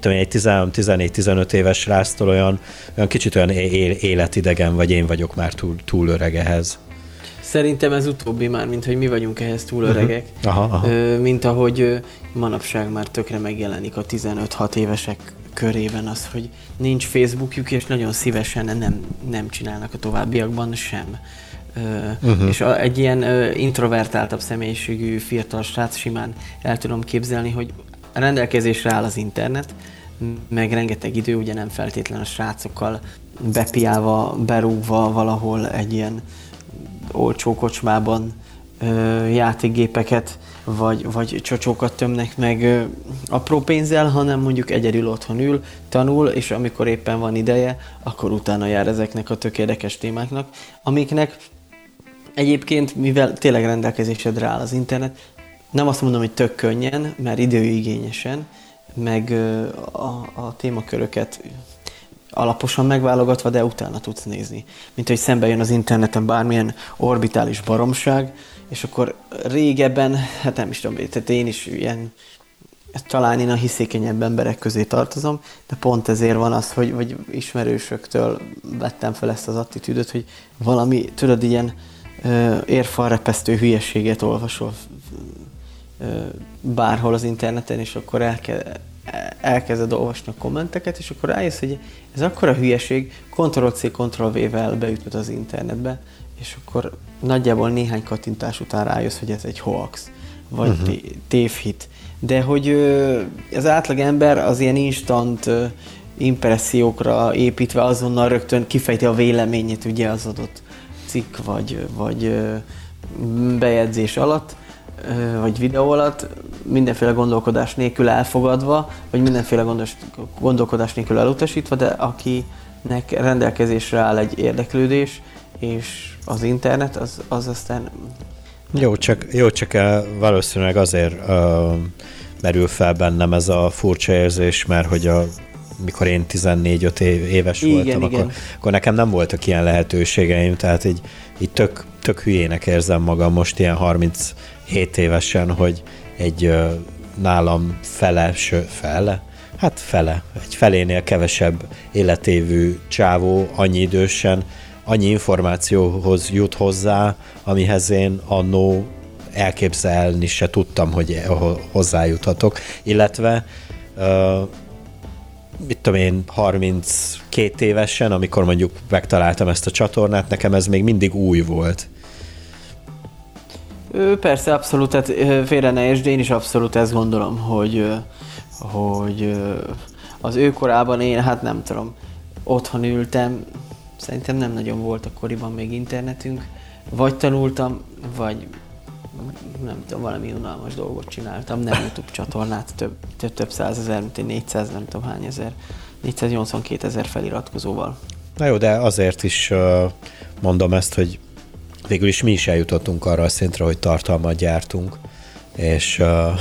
14-15 éves sráctól olyan kicsit olyan életidegen, vagy én vagyok már túl öreg ehhez. Szerintem ez utóbbi már, mint hogy mi vagyunk ehhez túl öregek. Aha. Mint ahogy manapság már tökre megjelenik a 15-6 évesek körében az, hogy nincs Facebookjuk, és nagyon szívesen nem csinálnak a továbbiakban sem. És egy ilyen introvertáltabb személyiségű fiatal srác simán el tudom képzelni, hogy rendelkezésre áll az internet, meg rengeteg idő, ugye nem feltétlen a srácokkal bepiálva, berúgva valahol egy ilyen olcsó kocsmában játékgépeket, vagy csocsókat tömnek meg apró pénzzel, hanem mondjuk egyedül otthon ül, tanul, és amikor éppen van ideje, akkor utána jár ezeknek a tök érdekes témáknak, amiknek egyébként, mivel tényleg rendelkezésedre áll az internet, nem azt mondom, hogy tök könnyen, mert időigényesen, meg a témaköröket alaposan megválogatva, de utána tudsz nézni. Mint hogy szembe jön az interneten bármilyen orbitális baromság, és akkor régebben, hát nem is tudom, tehát én is ilyen, talán én a hiszékenyebb emberek közé tartozom, de pont ezért van az, hogy ismerősöktől vettem fel ezt az attitűdöt, hogy valami, tudod, ilyen érfalrepesztő hülyeséget olvasol bárhol az interneten, és akkor elkezded olvasni a kommenteket, és akkor rájössz, hogy ez akkora hülyeség, Ctrl-C, Ctrl-V-vel beütöd az internetbe, és akkor nagyjából néhány kattintás után rájössz, hogy ez egy hoax, vagy tévhit. De hogy az átlag ember az ilyen instant impressziókra építve azonnal rögtön kifejti a véleményét ugye az adott cikk, vagy bejegyzés alatt, vagy videó alatt, mindenféle gondolkodás nélkül elfogadva, vagy mindenféle gondolkodás nélkül elutasítva, de akinek rendelkezésre áll egy érdeklődés, és az internet, az aztán... Jó, csak valószínűleg azért merül fel bennem ez a furcsa érzés, mert hogy mikor én 14-5 éves voltam, akkor nekem nem voltak ilyen lehetőségeim, tehát így tök hülyének érzem magam most ilyen 37 évesen, hogy egy nálam egy felénél kevesebb életévű csávó annyi idősen, annyi információhoz jut hozzá, amihez én annó elképzelni se tudtam, hogy hozzájuthatok, illetve mit tudom én, 32 évesen, amikor mondjuk megtaláltam ezt a csatornát, nekem ez még mindig új volt. Persze, abszolút, tehát félre ne értsd, én is abszolút ezt gondolom, hogy az ő korában én, hát nem tudom, otthon ültem, szerintem nem nagyon volt akkoriban még internetünk, vagy tanultam, vagy nem tudom, valami unalmas dolgot csináltam, nem YouTube csatornát, több százezer, mint 400, nem tudom hány ezer, 482 000 feliratkozóval. Na jó, de azért is mondom ezt, hogy végül is mi is eljutottunk arra a szintre, hogy tartalmat gyártunk, és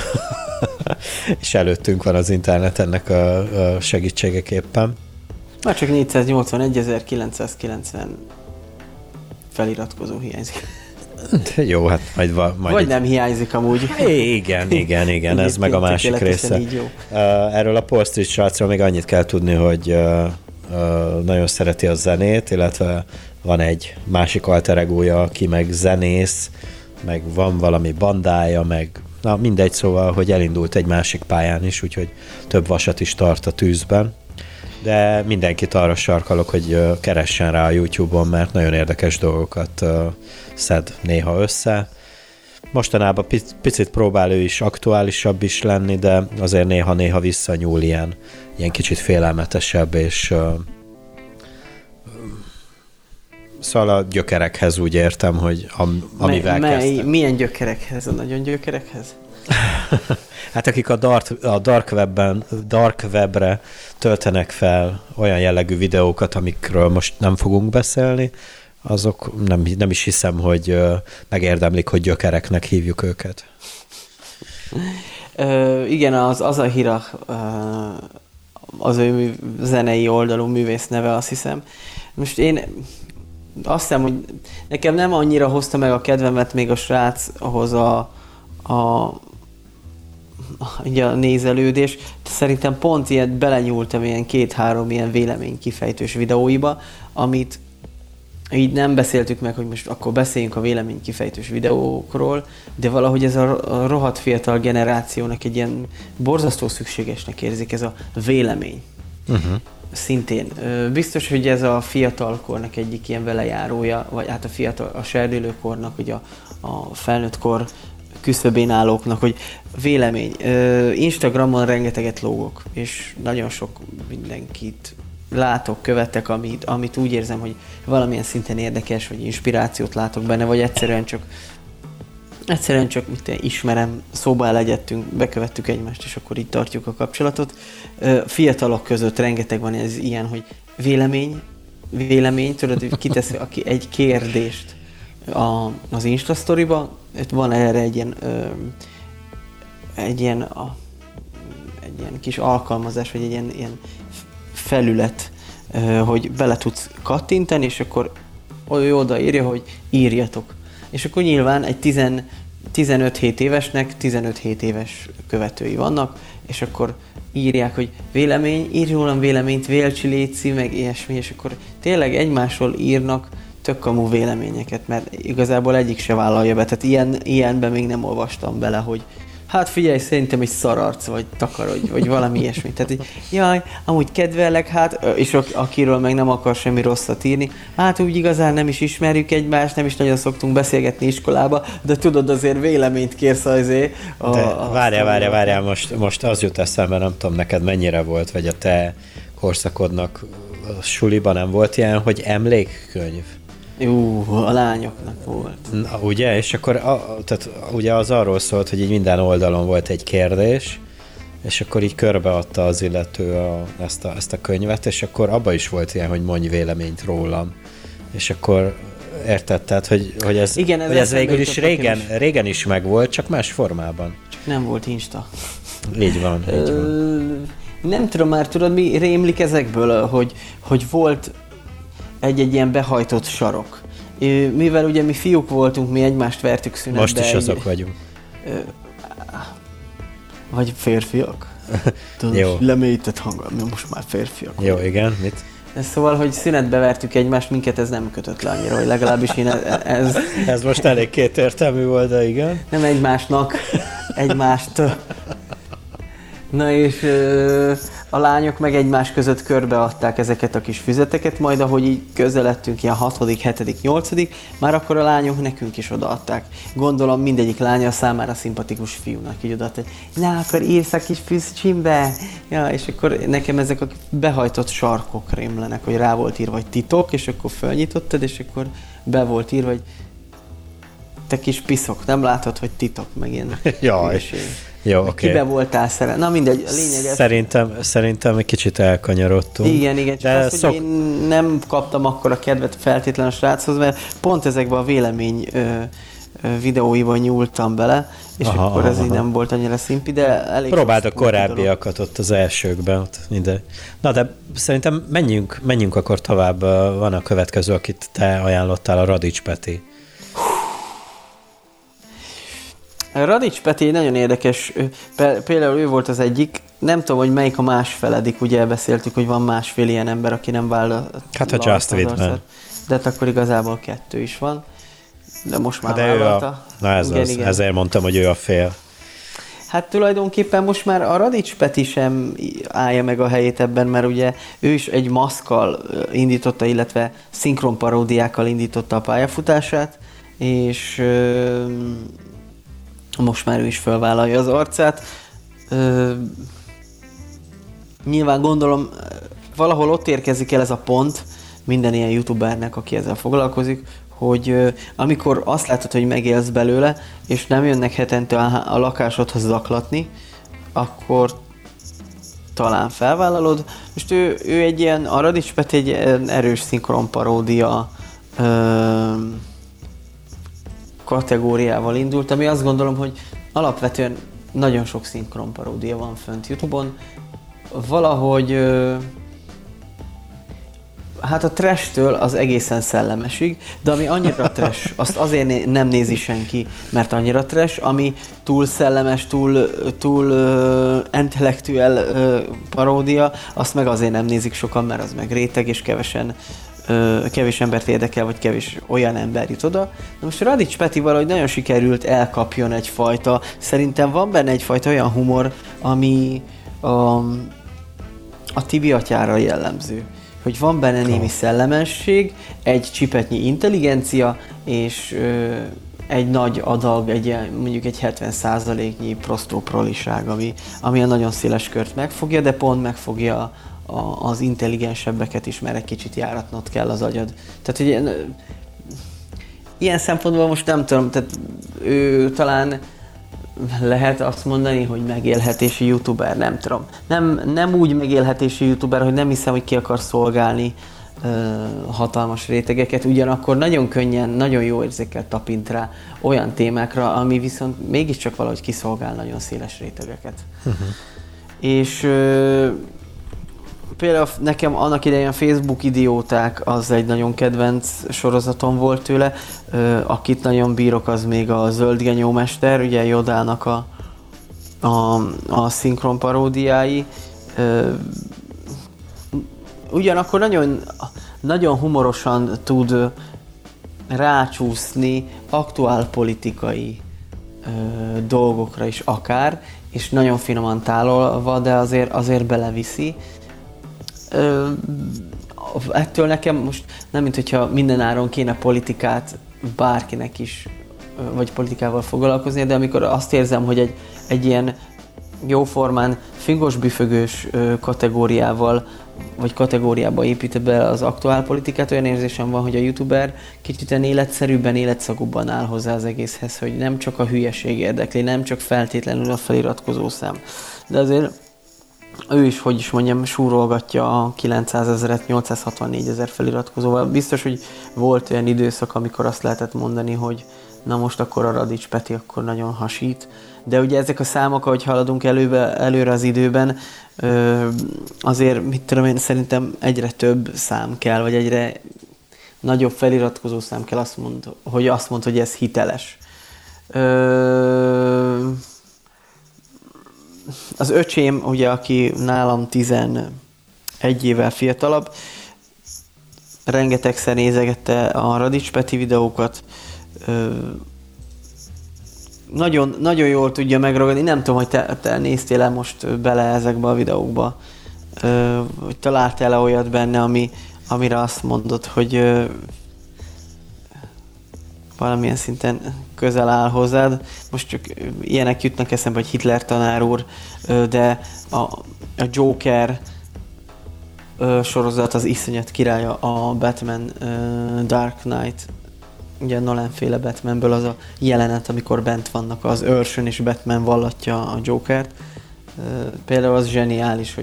előttünk van az internet ennek a segítségeképpen. Már csak 481.990 feliratkozó hiányzik. Jó, hát majd vagy nem hiányzik amúgy. Igen, ez meg a másik része. Erről a Paul Street srácról még annyit kell tudni, hogy nagyon szereti a zenét, illetve van egy másik alter egója, aki meg zenész, meg van valami bandája, meg na mindegy, szóval, hogy elindult egy másik pályán is, úgyhogy több vasat is tart a tűzben. De mindenkit arra sarkalok, hogy keressen rá a YouTube-on, mert nagyon érdekes dolgokat szed néha össze. Mostanában picit próbál ő is aktuálisabb is lenni, de azért néha-néha visszanyúl ilyen kicsit félelmetesebb, és szóval a gyökerekhez úgy értem, hogy amivel kezdtem. Milyen gyökerekhez? A nagyon gyökerekhez? Hát akik a dark webre töltenek fel olyan jellegű videókat, amikről most nem fogunk beszélni, azok nem is hiszem, hogy megérdemlik, hogy gyökereknek hívjuk őket. Igen, az Azahira az ő zenei oldalú művész neve, azt hiszem. Most én azt hiszem, hogy nekem nem annyira hozta meg a kedvemet még a srác ahhoz a nézelődés. Szerintem pont ilyet belenyúltam ilyen 2-3 ilyen véleménykifejtős videóiba, amit így nem beszéltük meg, hogy most akkor beszéljünk a véleménykifejtős videókról, de valahogy ez a rohadt fiatal generációnak egy ilyen borzasztó szükségesnek érzik ez a vélemény. Uh-huh. Szintén. Biztos, hogy ez a fiatalkornak egyik ilyen velejárója, vagy hát a serdülőkornak, vagy a felnőttkor küszöbén állóknak, hogy vélemény. Instagramon rengeteget lógok, és nagyon sok mindenkit látok, követek, amit úgy érzem, hogy valamilyen szinten érdekes, vagy inspirációt látok benne, vagy egyszerűen csak ismerem, szóba elegyedtünk, bekövettük egymást, és akkor így tartjuk a kapcsolatot. Fiatalok között rengeteg van ez ilyen, hogy vélemény, tudod, hogy kitesz egy kérdést az Insta sztoriba, van erre egy ilyen kis alkalmazás, vagy egy ilyen felület, hogy bele tudsz kattintani, és akkor odaírja, hogy írjatok. És akkor nyilván egy 15-7 évesnek 15-7 éves követői vannak, és akkor írják, hogy vélemény, írj rólam véleményt, Vélcsi léci, meg ilyesmi, és akkor tényleg egymásról írnak tök kamu véleményeket, mert igazából egyik se vállalja be. Tehát ilyenben még nem olvastam bele, hogy hát figyelj, szerintem egy szararc, vagy takarodj, vagy valami ilyesmi. Tehát így, jaj, amúgy kedvelek, hát, és akiről meg nem akar semmi rosszat írni, hát úgy igazán nem is ismerjük egymást, nem is nagyon szoktunk beszélgetni iskolába, de tudod, azért véleményt kérsz azért. Várjál, most az jut eszembe, nem tudom neked mennyire volt, vagy a te korszakodnak a suliban nem volt ilyen, hogy emlékkönyv? A lányoknak volt. Na, ugye? És akkor tehát ugye az arról szólt, hogy így minden oldalon volt egy kérdés, és akkor így körbeadta az illető ezt a könyvet, és akkor abba is volt ilyen, hogy mondj véleményt rólam. És akkor érted, tehát, hogy ez, igen, hogy ez végül is régen is megvolt, csak más formában. Csak nem volt Insta. Így van. Nem tudom már, tudod, mi rémlik ezekből, hogy volt egy ilyen behajtott sarok. Mivel ugye mi fiúk voltunk, mi egymást vertük szünetbe. Most is azok vagyunk. Vagy férfiak. Jó. Lemélyített hanggal, mi most már férfiak. Jó, igen, mit? Szóval, hogy szünetbe vertük egymást, minket ez nem kötött le annyira, hogy legalábbis én Ez most elég kétértelmű volt, de igen. Nem egymásnak, egymást. Na és a lányok meg egymás között körbeadták ezeket a kis füzeteket, majd ahogy így közeledtünk, ilyen 6., 7., 8., már akkor a lányok nekünk is odaadták. Gondolom mindegyik lánya számára szimpatikus fiúnak így odaadta, hogy na, akkor írsz a kis füzcsimbe. Ja, és akkor nekem ezek a behajtott sarkok rémlenek, hogy rá volt írva, hogy titok, és akkor felnyitottad, és akkor be volt írva, hogy te kis piszok, nem látod, hogy titok, meg ilyen. Jaj. Jó, oké. Kibe voltál szerelem? Na mindegy, a lényeg ez. Szerintem egy kicsit elkanyarodtunk. Igen, csak az, hogy én nem kaptam akkor a kedvet feltétlenül a sráchoz, mert pont ezekben a vélemény videóiban nyúltam bele, és akkor ez így nem volt annyira szimpi, de elég... Próbáld a korábbiakat ott az elsőkben, ott mindegy. Na de szerintem menjünk akkor tovább. Van a következő, akit te ajánlottál, a Radics Peti. Radics Peti nagyon érdekes, például ő volt az egyik, nem tudom, hogy melyik a másfeledik, ugye beszéltük, hogy van másfél ilyen ember, aki nem vállalt. Hát a Just Whitman. De hát akkor igazából 2 is van. De most már de vállalta. Igen. Ezért mondtam, hogy ő a fél. Hát tulajdonképpen most már a Radics Peti sem állja meg a helyét ebben, mert ugye ő is egy maszkkal indította, illetve szinkronparódiákkal indította a pályafutását, és most már ő is felvállalja az arcát. Nyilván gondolom, valahol ott érkezik el ez a pont minden ilyen youtubernek, aki ezzel foglalkozik, hogy amikor azt látod, hogy megélsz belőle, és nem jönnek hetente a lakásodhoz zaklatni, akkor talán felvállalod. Most ő egy ilyen, a Radics Peti egy erős szinkronparódia kategóriával indult, ami azt gondolom, hogy alapvetően nagyon sok szinkronparódia van fönt YouTube-on. Valahogy hát a trash-től az egészen szellemesig, de ami annyira trash, azt azért nem nézi senki, mert annyira trash, ami túl szellemes, túl intellektuál paródia, azt meg azért nem nézik sokan, mert az meg réteg, és kevés embert érdekel, vagy kevés olyan ember jut oda. De most Radics Peti valahogy nagyon sikerült elkapjon egyfajta, szerintem van benne egyfajta olyan humor, ami a Tibi atyára jellemző. Hogy van benne némi szellemesség, egy csipetnyi intelligencia, és egy nagy adag, mondjuk egy 70%-nyi prostóproliság, ami a nagyon széles kört megfogja, de pont megfogja az intelligensebbeket is, mert egy kicsit járatnod kell az agyad. Tehát, hogy ilyen szempontból most nem tudom, tehát ő talán lehet azt mondani, hogy megélhetési youtuber, nem tudom. Nem úgy megélhetési youtuber, hogy nem hiszem, hogy ki akar szolgálni hatalmas rétegeket, ugyanakkor nagyon könnyen, nagyon jó érzékkel tapint rá olyan témákra, ami viszont mégiscsak valahogy kiszolgál nagyon széles rétegeket. És például nekem annak idején a Facebook idióták az egy nagyon kedvenc sorozatom volt tőle. Akit nagyon bírok, az még a Zöldgenyómester, ugye Jodának a szinkron paródiái. Ugyanakkor nagyon, nagyon humorosan tud rácsúszni aktuál politikai dolgokra is akár, és nagyon finoman tálolva, de azért beleviszi. Ettől nekem most nem, mint hogyha minden áron kéne politikát bárkinek is, vagy politikával foglalkozni, de amikor azt érzem, hogy egy ilyen jóformán fingos-büfögős kategóriával, vagy kategóriába épít be az aktuál politikát, olyan érzésem van, hogy a youtuber kicsit életszerűbben, életszagúbban áll hozzá az egészhez, hogy nem csak a hülyeség érdekli, nem csak feltétlenül a feliratkozó szám. De azért ő is, hogy is mondjam, súrolgatja a 900 000-et 864 000 feliratkozóval. Biztos, hogy volt olyan időszak, amikor azt lehetett mondani, hogy na most akkor a Radics Peti akkor nagyon hasít. De ugye ezek a számok, ahogy haladunk előre az időben, azért, mit tudom én, szerintem egyre több szám kell, vagy egyre nagyobb feliratkozó szám kell, azt mond, hogy ez hiteles. Az öcsém, ugye, aki nálam 11 évvel fiatalabb, rengetegszer nézegette a Radics Peti videókat, nagyon, nagyon jól tudja megragadni. Nem tudom, hogy te néztél-e most bele ezekbe a videókba, hogy találtál-e olyat benne, amire azt mondod, hogy valamilyen szinten közel áll hozzád. Most csak ilyenek jutnak eszembe, hogy Hitler tanár úr, de a Joker sorozat az iszonyat királya, a Batman Dark Knight, ugye Nolan-féle Batmanből az a jelenet, amikor bent vannak az őrsön, és Batman vallatja a Jokert. Például az zseniális,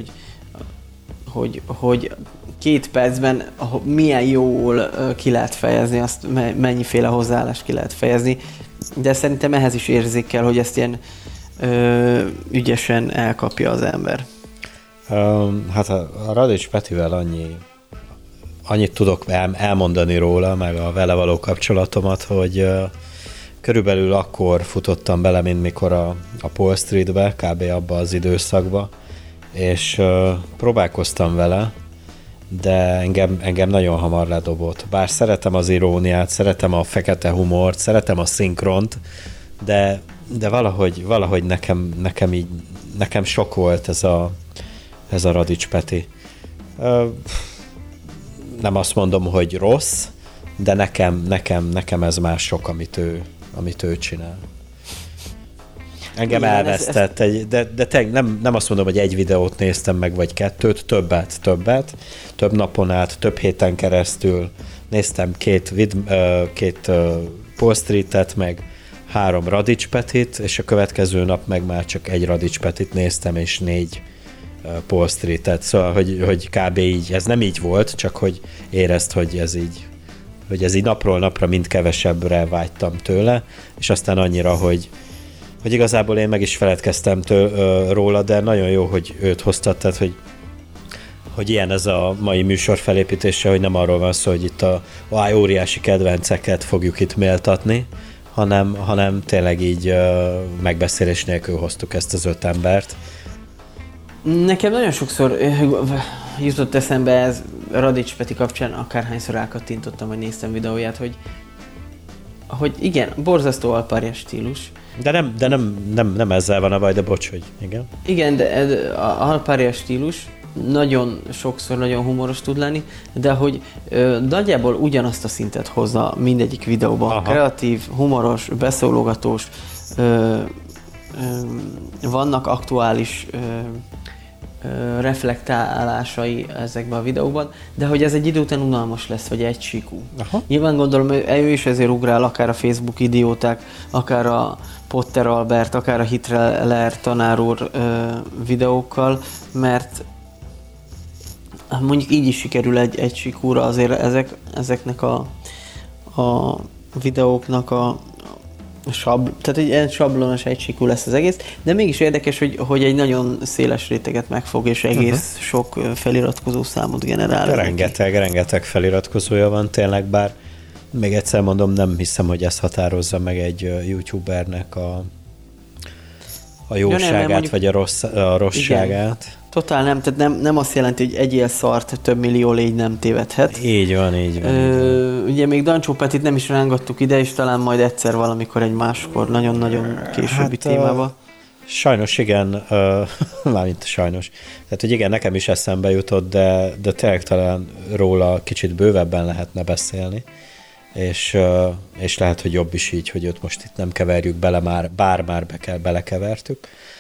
hogy 2 percben milyen jól ki lehet fejezni, azt mennyiféle hozzáállást ki lehet fejezni, de szerintem ehhez is érzékel, hogy ezt ilyen ügyesen elkapja az ember. Hát a Radics Petivel annyit tudok elmondani róla, meg a vele való kapcsolatomat, hogy körülbelül akkor futottam bele, mint mikor a Paul Streetbe, kb. Abba az időszakba, és próbálkoztam vele, de engem nagyon hamar ledobott. Bár szeretem az iróniát, szeretem a fekete humort, szeretem a szinkront, de valahogy nekem sok volt ez a Radics Peti. Nem azt mondom, hogy rossz, de nekem ez már sok, amit ő csinál. Engem elvesztett, de nem azt mondom, hogy egy videót néztem meg, vagy kettőt, többet, több napon át, több héten keresztül néztem két Paul Streetet, meg 3 Radics Petit, és a következő nap meg már csak egy Radics Petit néztem, és 4 Paul Streetet, szóval, hogy kb. Így, ez nem így volt, csak hogy érezd, hogy ez így napról napra mind kevesebbre vágytam tőle, és aztán annyira, hogy igazából én meg is feledkeztem róla, de nagyon jó, hogy őt hoztad, tehát, hogy ilyen ez a mai műsor felépítése, hogy nem arról van szó, hogy itt a óriási kedvenceket fogjuk itt méltatni, hanem tényleg így megbeszélés nélkül hoztuk ezt az 5 embert. Nekem nagyon sokszor jutott eszembe ez Radics Peti kapcsán, akárhányszor rákattintottam, vagy néztem videóját, hogy igen, borzasztó alpárjas stílus. De nem ezzel van a baj, de bocs, hogy igen. Igen, de a alpárjas stílus nagyon sokszor nagyon humoros tud lenni, de hogy nagyjából ugyanazt a szintet hozza mindegyik videóban. Aha. Kreatív, humoros, beszólogatós, vannak aktuális reflektálásai ezekben a videóban, de hogy ez egy idő után unalmas lesz, vagy egysíkú. Nyilván gondolom, ő is ezért ugrál akár a Facebook idióták, akár a Potter Albert, akár a Hitler tanár úr videókkal, mert mondjuk így is sikerül egy síkúra azért ezeknek a videóknak tehát egy sablonos egysíkú lesz az egész, de mégis érdekes, hogy egy nagyon széles réteget megfog, és egész sok feliratkozó számot generál. Rengeteg feliratkozója van tényleg, bár még egyszer mondom, nem hiszem, hogy ez határozza meg egy youtubernek a jóságát, vagy a rosszságát. Igen. Totál nem, tehát nem azt jelenti, hogy egyél szart, több millió légy nem tévedhet. Így van. Ugye még Dancsó Petit nem is rángattuk ide, és talán majd egyszer valamikor egy máskor, nagyon-nagyon későbbi témába. Sajnos igen, mármint sajnos. Tehát, hogy igen, nekem is eszembe jutott, de tényleg talán róla kicsit bővebben lehetne beszélni. És lehet, hogy jobb is így, hogy őt most itt nem keverjük bele, bár már belekevertük.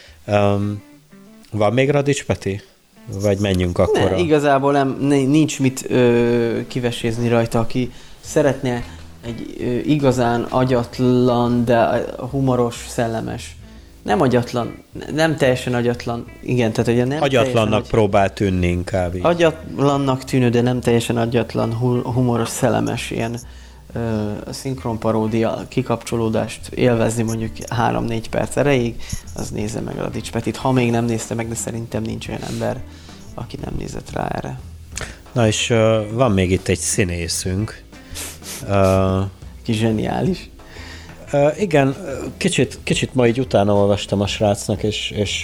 Van még Radics Peti? Vagy menjünk akkor? Igazából nincs mit kivesézni rajta, aki szeretne egy igazán agyatlan, de humoros, szellemes. Nem agyatlan, nem teljesen agyatlan. Igen, tehát ugye nem agyatlannak próbál tűnni inkább. Így. Agyatlannak tűnő, de nem teljesen agyatlan, humoros, szellemes, ilyen szinkronparódia kikapcsolódást élvezni mondjuk 3-4 perc erejéig, az nézze meg a Radics Petit. Ha még nem nézte meg, de szerintem nincs olyan ember, aki nem nézett rá erre. Na és van még itt egy színészünk. Ki zseniális. Igen, kicsit ma így utána olvastam a srácnak, és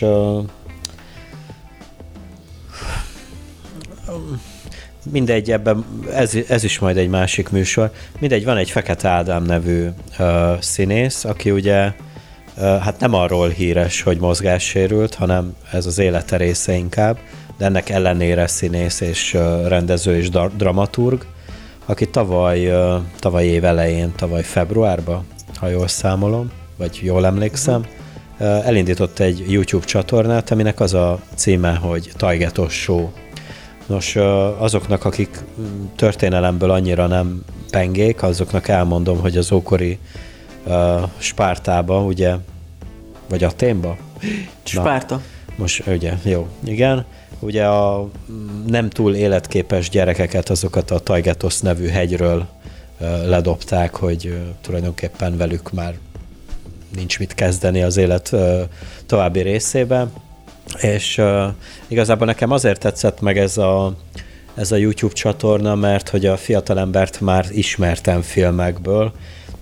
mindegy, ebben ez is majd egy másik műsor. Mindegy, van egy Fekete Ádám nevű színész, aki ugye hát nem arról híres, hogy mozgássérült, hanem ez az élete része inkább, de ennek ellenére színész és rendező és dramaturg, aki tavaly év elején, tavaly februárban, ha jól számolom, vagy jól emlékszem, elindított egy YouTube csatornát, aminek az a címe, hogy Tajgetos Show. Nos, azoknak, akik történelemből annyira nem pengék, azoknak elmondom, hogy az ókori Spártába, ugye, vagy Athénba? Spárta. Most, ugye, jó, igen. Ugye a nem túl életképes gyerekeket, azokat a Tajgetos nevű hegyről ledobták, hogy tulajdonképpen velük már nincs mit kezdeni az élet további részében. És igazából nekem azért tetszett meg ez a YouTube csatorna, mert hogy a fiatalembert már ismertem filmekből,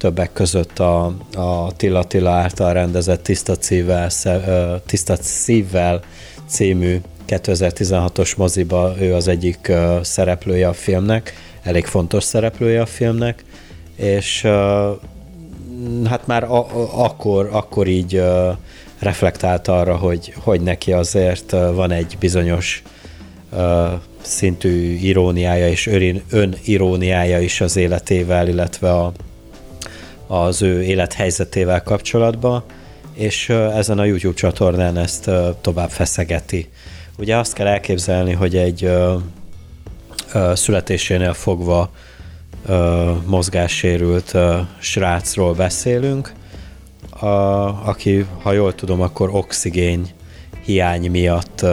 többek között a Attila által rendezett Tiszta szívvel című 2016-os moziba ő az egyik szereplője a filmnek, elég fontos szereplője a filmnek, és hát már akkor így reflektált arra, hogy neki azért van egy bizonyos szintű iróniája és öniróniája is az életével, illetve az ő élethelyzetével kapcsolatban, és ezen a YouTube csatornán ezt tovább feszegeti. Ugye azt kell elképzelni, hogy egy születésénél fogva mozgássérült srácról beszélünk, aki, ha jól tudom, akkor oxigén hiány miatt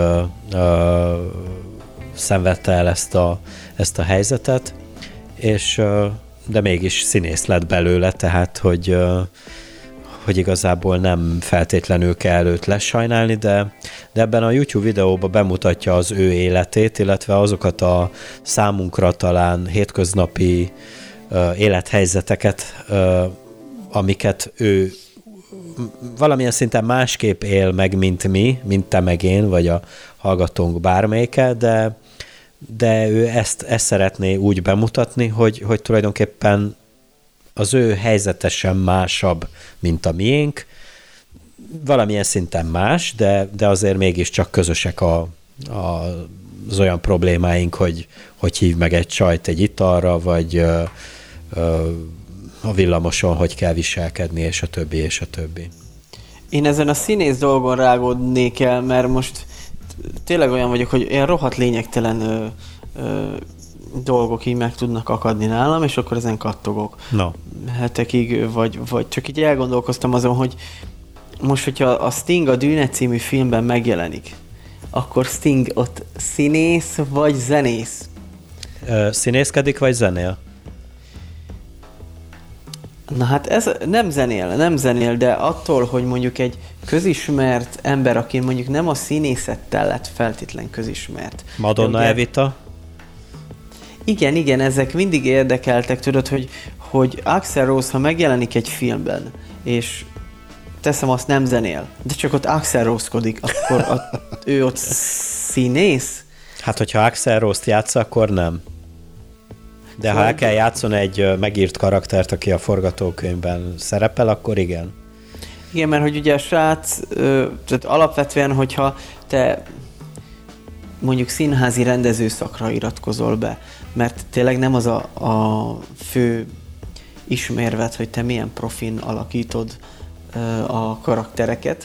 szenvedte el ezt a helyzetet, de mégis színész lett belőle, tehát hogy igazából nem feltétlenül kell őt lesajnálni, de ebben a YouTube videóban bemutatja az ő életét, illetve azokat a számunkra talán hétköznapi élethelyzeteket, amiket ő valamilyen szinten másképp él meg, mint mi, mint te meg én, vagy a hallgatónk bármelyike, de ő ezt szeretné úgy bemutatni, hogy tulajdonképpen az ő helyzete sem másabb, mint a miénk. Valamilyen szinten más, de azért mégiscsak közösek az olyan problémáink, hogy hív meg egy csajt egy italra, vagy a villamoson hogy kell viselkedni, és a többi, és a többi. Én ezen a színész dolgon rágódnék el, mert most tényleg olyan vagyok, hogy ilyen rohadt lényegtelen dolgok így meg tudnak akadni nálam, és akkor ezen kattogok. No. Hetekig, vagy csak így elgondolkoztam azon, hogy most, hogyha a Sting a Dűne című filmben megjelenik, akkor Sting ott színész vagy zenész? Színészkedik vagy zenél? Na hát ez nem zenél, de attól, hogy mondjuk egy közismert ember, aki mondjuk nem a színészettel lett feltétlen közismert. Madonna Evita? Igen, ezek mindig érdekeltek, tudod, hogy Axl Rose, ha megjelenik egy filmben, és teszem azt nem zenél, de csak ott Axl Rose-kodik, akkor ő ott színész? Hát, hogyha Axl Rose-t játsza, akkor nem. De ha el kell játszani egy megírt karaktert, aki a forgatókönyvben szerepel, akkor igen. Igen, mert hogy ugye a srác, tehát alapvetően, hogyha te mondjuk színházi rendezőszakra iratkozol be, mert tényleg nem az a fő ismérvet, hogy te milyen profin alakítod a karaktereket,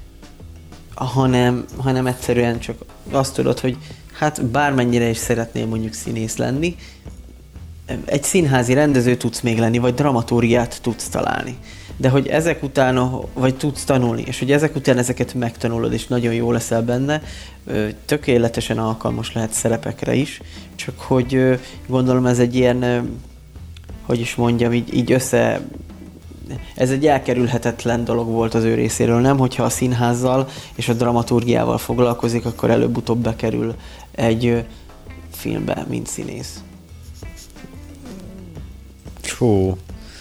hanem egyszerűen csak azt tudod, hogy hát bármennyire is szeretnél mondjuk színész lenni, egy színházi rendező tudsz még lenni, vagy dramaturgiát tudsz találni. De hogy ezek után, vagy tudsz tanulni, és hogy ezek után ezeket megtanulod, és nagyon jó leszel benne, tökéletesen alkalmas lehet szerepekre is, csak hogy gondolom ez egy ilyen, hogy is mondjam, így ez egy elkerülhetetlen dolog volt az ő részéről, nem? Hogyha a színházzal és a dramaturgiával foglalkozik, akkor előbb-utóbb bekerül egy filmbe, mint színész. Fú.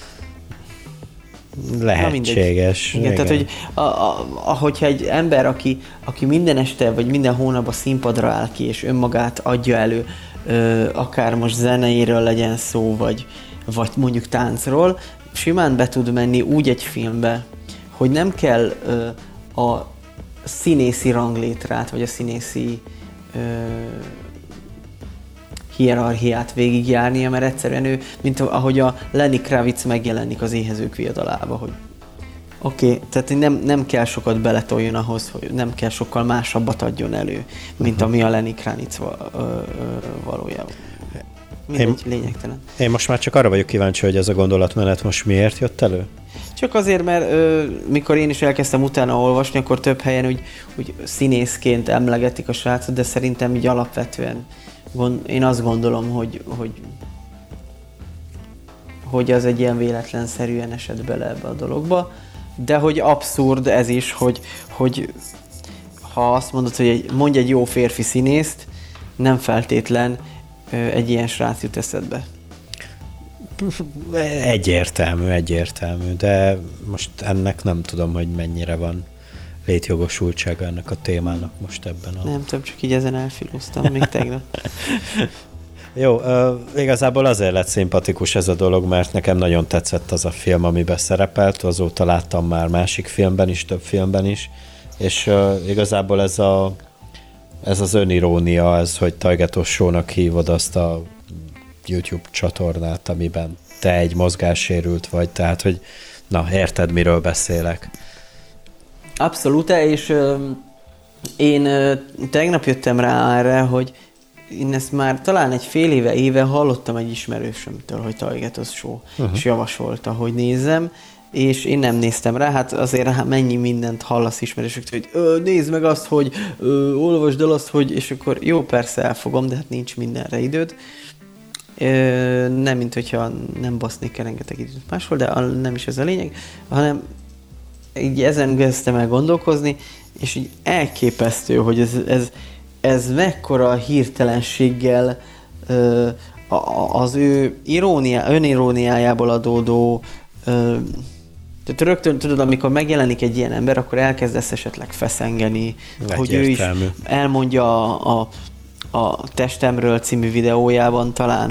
Lehetséges. Igen, tehát, hogy hogyha egy ember, aki minden este vagy minden hónapban színpadra áll ki, és önmagát adja elő, akár most zeneiről legyen szó, vagy mondjuk táncról, simán be tud menni úgy egy filmbe, hogy nem kell a színészi ranglétrát, vagy a színészi hierarchiát végigjárnia, mert egyszerűen ő, mint ahogy a Lenny Kravitz megjelenik az Éhezők viadalába, hogy oké, tehát nem kell sokat beletoljon ahhoz, hogy nem kell sokkal másabbat adjon elő, mint ami a Lenny Kravitz valójában. Mindegy, lényegtelen. Én most már csak arra vagyok kíváncsi, hogy ez a gondolatmenet most miért jött elő? Csak azért, mert mikor én is elkezdtem utána olvasni, akkor több helyen úgy színészként emlegetik a srácot, de szerintem így alapvetően én azt gondolom, hogy az egy ilyen véletlenszerűen esett bele ebbe a dologba, de hogy abszurd ez is, hogy ha azt mondod, hogy mondj egy jó férfi színészt, nem feltétlen egy ilyen srác jut eszedbe. Egyértelmű, de most ennek nem tudom, hogy mennyire van létjogosultsága ennek a témának most ebben a... Nem tudom, csak így ezen elfilóztam még tegnap. Jó, igazából azért lett szimpatikus ez a dolog, mert nekem nagyon tetszett az a film, amiben szerepelt, azóta láttam már másik filmben is, több filmben is, és igazából ez az önirónia, ez, hogy Tajgetós Show-nak hívod azt a YouTube csatornát, amiben te egy mozgássérült vagy, tehát, hogy na, érted, miről beszélek. Abszolút, és én tegnap jöttem rá erre, hogy én ezt már talán egy fél éve hallottam egy ismerősömtől, hogy Tajgetós Show, és javasolta, hogy nézzem, és én nem néztem rá, hát azért mennyi mindent hallasz ismerősöktől, hogy nézd meg azt, hogy olvasd el azt, hogy, és akkor jó, persze elfogom, de hát nincs mindenre időd. Nem, mint hogyha nem basznék el rengeteg időt máshol, de nem is ez a lényeg, hanem így ezen kezdtem el gondolkozni, és így elképesztő, hogy ez mekkora hirtelenséggel az ő öniróniájából adódó, tehát rögtön tudod, amikor megjelenik egy ilyen ember, akkor elkezdesz esetleg feszengeni, hogy ő is elmondja a Testemről című videójában talán,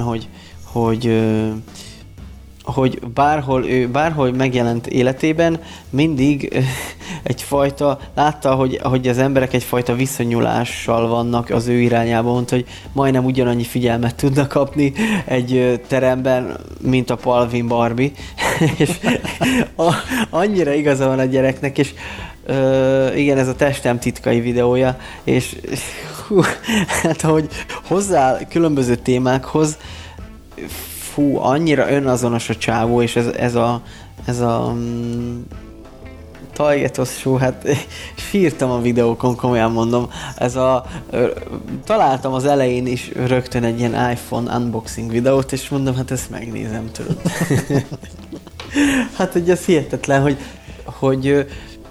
hogy bárhol megjelent életében, mindig egyfajta, látta, hogy az emberek egyfajta viszonyulással vannak az ő irányába, mondta, hogy majdnem ugyanannyi figyelmet tudnak kapni egy teremben, mint a Palvin Barbie, és annyira igaza van a gyereknek, és igen, ez a Testem titkai videója, és hát ahogy hozzá különböző témákhoz, annyira önazonos a csávó, és ez a Tajgetós Show, hát sírtam a videókon, komolyan mondom. Találtam az elején is rögtön egy ilyen iPhone unboxing videót, és mondom, hát ezt megnézem, tudod. Hát, hogy ez hihetetlen, hogy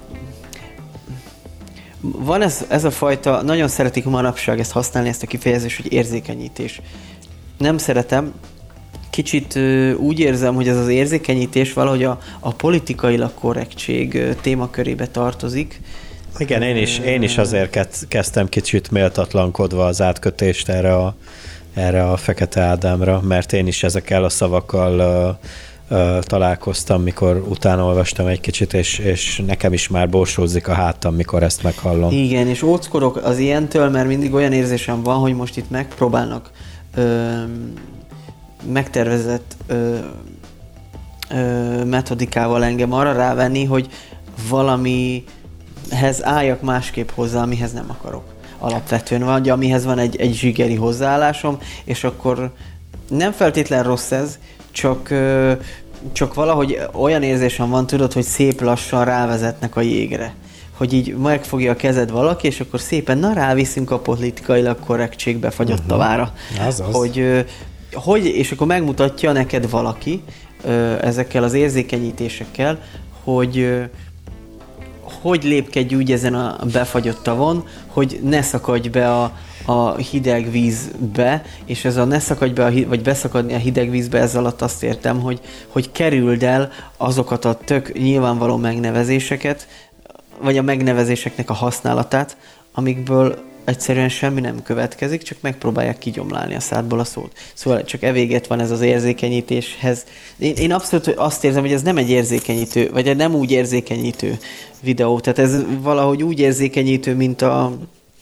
van ez a fajta, nagyon szeretik manapság ezt használni, ezt a kifejezést, hogy érzékenyítés. Nem szeretem, kicsit úgy érzem, hogy ez az érzékenyítés valahogy a politikailag korrektség témakörébe tartozik. Igen, én is azért kezdtem kicsit méltatlankodva az átkötést erre a Fekete Ádámra, mert én is ezekkel a szavakkal találkoztam, mikor utána olvastam egy kicsit, és nekem is már borsózik a hátam, mikor ezt meghallom. Igen, és óckodok az ilyentől, mert mindig olyan érzésem van, hogy most itt megpróbálnak megtervezett metodikával engem arra rávenni, hogy valamihez álljak másképp hozzá, amihez nem akarok. Alapvetően vagy, amihez van egy zsigeri hozzáállásom, és akkor nem feltétlen rossz ez, csak valahogy olyan érzésem van, tudod, hogy szép lassan rávezetnek a jégre. Hogy így megfogja a kezed valaki, és akkor szépen, ráviszünk a politikailag korrektség befagyott tavára. Hogy, és akkor megmutatja neked valaki ezekkel az érzékenyítésekkel, hogy lépkedj úgy ezen a befagyott tavon, hogy ne szakadj be a hideg vízbe, és ez a ne szakadj be, vagy beszakadni a hideg vízbe, ez alatt azt értem, hogy kerüld el azokat a tök nyilvánvaló megnevezéseket, vagy a megnevezéseknek a használatát, amikből egyszerűen semmi nem következik, csak megpróbálják kigyomlálni a szádból a szót. Szóval csak evéget van ez az érzékenyítéshez. Én abszolút azt érzem, hogy ez nem egy érzékenyítő, vagy nem úgy érzékenyítő videó. Tehát ez valahogy úgy érzékenyítő, mint a...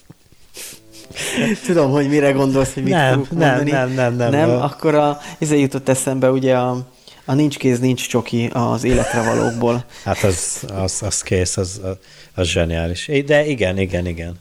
Tudom, hogy mire gondolsz, hogy mit fogok mondani. Nem, akkor ez jutott eszembe ugye a nincs kéz, nincs csoki az életre valókból. Hát az kész, az zseniális. De igen.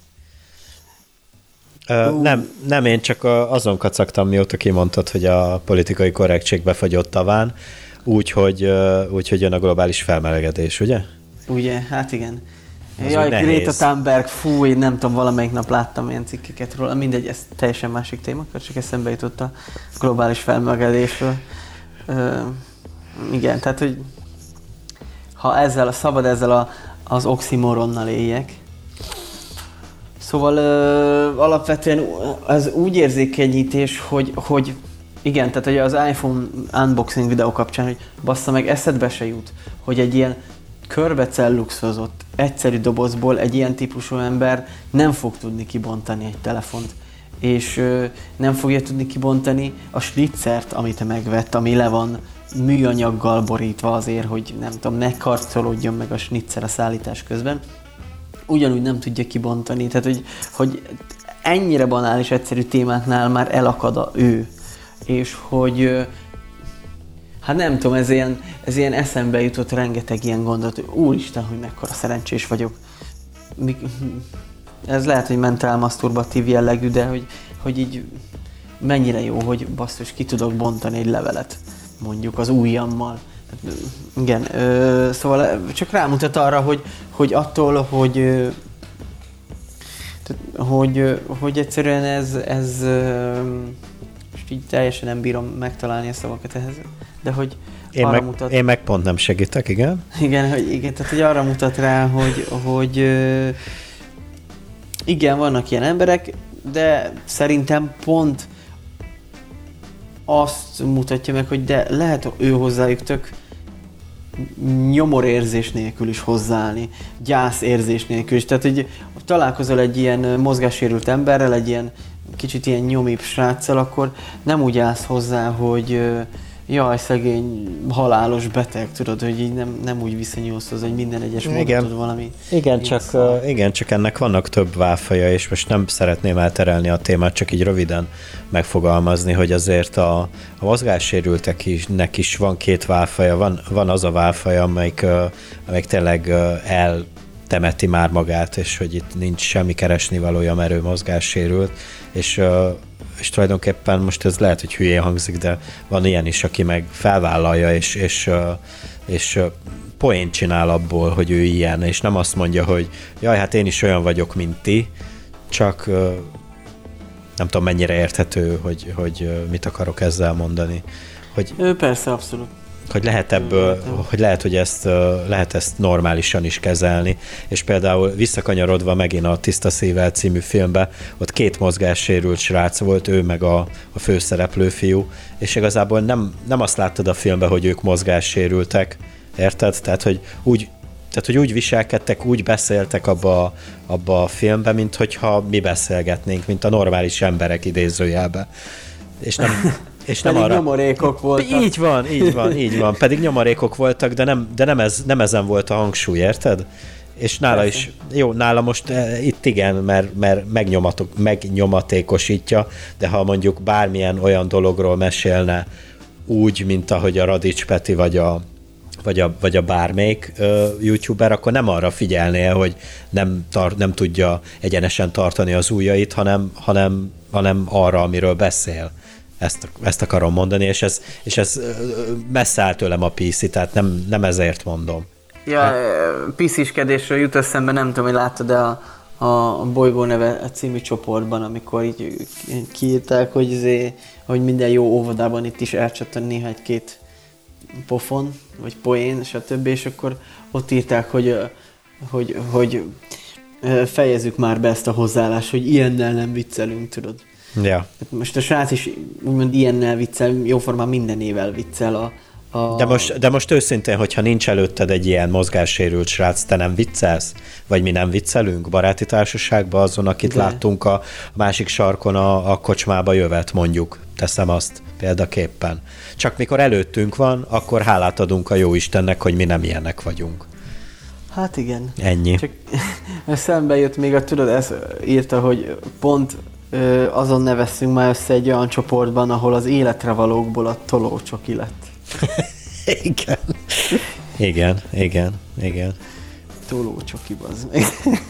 Nem, én csak azon kacagtam, mióta kimondtad, hogy a politikai korrektség befagyott taván, úgyhogy jön a globális felmelegedés, ugye? Ugye, hát igen. Jaj, Greta Thunberg, fúj, nem tudom, valamelyik nap láttam ilyen cikkeket róla, mindegy, ez teljesen másik téma, csak eszembe jutott a globális felmelegedésről. Igen, tehát, hogy ha szabad ezzel az oxymoronnal éljek. Szóval alapvetően ez úgy érzékenyítés, hogy Igen, tehát hogy az iPhone unboxing videó kapcsán, hogy bassza meg, eszedbe se jut, hogy egy ilyen körbe celluxozott, egyszerű dobozból egy ilyen típusú ember nem fog tudni kibontani egy telefont. És nem fogja tudni kibontani a slitzert, amit megvett, ami le van műanyaggal borítva azért, hogy nem tudom, ne karcolódjon meg a snitzer a szállítás közben. Ugyanúgy nem tudja kibontani, tehát hogy ennyire banális, egyszerű témáknál már elakad ő. És hogy hát nem tudom, ez ilyen eszembe jutott rengeteg ilyen gondot, hogy úristen, hogy mekkora szerencsés vagyok. Ez lehet, hogy mentál maszturbatív jellegű, de hogy így mennyire jó, hogy basszus, ki tudok bontani egy levelet, mondjuk az ujjammal. Igen, szóval csak rámutat arra, hogy attól, hogy egyszerűen ez most így teljesen nem bírom megtalálni a szavakat ehhez, de hogy arra mutat... Én meg pont nem segítek, igen? Igen, tehát hogy arra mutat rá, hogy igen, vannak ilyen emberek, de szerintem pont azt mutatja meg, hogy de lehet ő hozzájuk tök nyomorérzés nélkül is hozzáállni, gyászérzés nélkül is. Tehát, hogy találkozol egy ilyen mozgássérült emberrel, egy ilyen kicsit ilyen nyomibb sráccal, akkor nem úgy állsz hozzá, hogy jaj, szegény, halálos beteg, tudod, hogy így nem úgy viszonyulsz hozzá, hogy minden egyes mondatod valami. Igen, csak ennek vannak több válfaja, és most nem szeretném elterelni a témát, csak így röviden megfogalmazni, hogy azért a mozgássérülteknek is van két válfaja, van az a válfaja, amelyik tényleg eltemeti már magát, és hogy itt nincs semmi keresnivalója, mert ő mozgássérült, és tulajdonképpen most ez lehet, hogy hülyén hangzik, de van ilyen is, aki meg felvállalja, és poént csinál abból, hogy ő ilyen, és nem azt mondja, hogy jaj, hát én is olyan vagyok, mint ti, csak nem tudom, mennyire érthető, hogy mit akarok ezzel mondani. Persze, abszolút. Hogy lehet ebből, hogy lehet ezt normálisan is kezelni, és például visszakanyarodva megint a Tiszta Szívvel című filmbe, ott két mozgássérült srác volt, ő meg a főszereplő fiú, és igazából nem azt láttad a filmben, hogy ők mozgássérültek, érted? Tehát, hogy úgy viselkedtek, úgy beszéltek abba a filmben, mint hogyha mi beszélgetnénk, mint a normális emberek idézőjelben. És nem arra... nyomorékok voltak. Így van. Pedig nyomorékok voltak, de nem ezen volt a hangsúly, érted? És nála persze. Is, jó, nála most itt igen, mert megnyomatékosítja, de ha mondjuk bármilyen olyan dologról mesélne úgy, mint ahogy a Radics Peti vagy a bármelyik youtuber, akkor nem arra figyelnél, hogy nem tudja egyenesen tartani az ujjait, hanem arra, amiről beszél. Ezt akarom mondani, és ez messze áll tőlem a PC, tehát nem ezért mondom. Ja, PC-skedésről jut eszembe, nem tudom, hogy láttad a Bolygó neve című csoportban, amikor így kiírták, hogy minden jó óvodában itt is elcsattan néha egy-két pofon, vagy poén, stb. És akkor ott írták, hogy fejezzük már be ezt a hozzáállást, hogy ilyennel nem viccelünk, tudod. Ja. Most a srác is úgymond ilyennel viccel, jóformán mindenével viccel De most őszintén, hogyha nincs előtted egy ilyen mozgássérült srác, te nem viccelsz? Vagy mi nem viccelünk baráti társaságban azon, akit láttunk a másik sarkon a kocsmába jövet, mondjuk. Teszem azt példaképpen. Csak mikor előttünk van, akkor hálát adunk a Jóistennek, hogy mi nem ilyenek vagyunk. Hát igen. Ennyi. Csak szembe jött még, tudod, ezt írta, hogy pont azon nevezzünk már össze egy olyan csoportban, ahol az életre valókból a tolócsoki lett. Igen. Tolócsoki, bazd meg.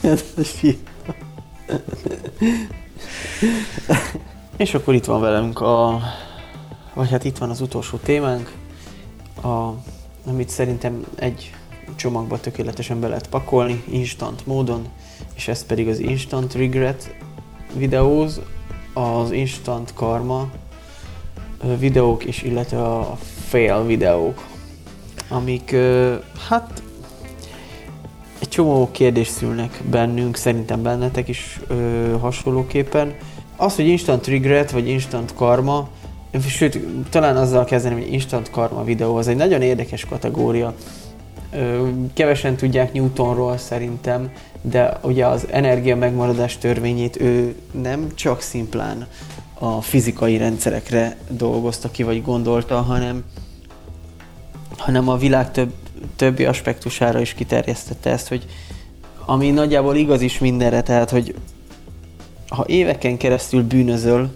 És akkor itt van velünk vagy hát itt van az utolsó témánk, amit szerintem egy csomagba tökéletesen be lehet pakolni, instant módon, és ez pedig az Instant Regret videóz, az Instant Karma videók és illetve a fail videók, amik hát egy csomó kérdést szülnek bennünk, szerintem bennetek is hasonlóképpen. Az, hogy Instant Regret vagy Instant Karma, sőt, talán azzal kezdeném, hogy instant karma videó, az egy nagyon érdekes kategória. Kevesen tudják Newtonról szerintem, de ugye az energia megmaradás törvényét ő nem csak szimplán a fizikai rendszerekre dolgozta ki, vagy gondolta, hanem a világ többi aspektusára is kiterjesztette ezt, hogy ami nagyjából igaz is mindenre, tehát, hogy ha éveken keresztül bűnözöl,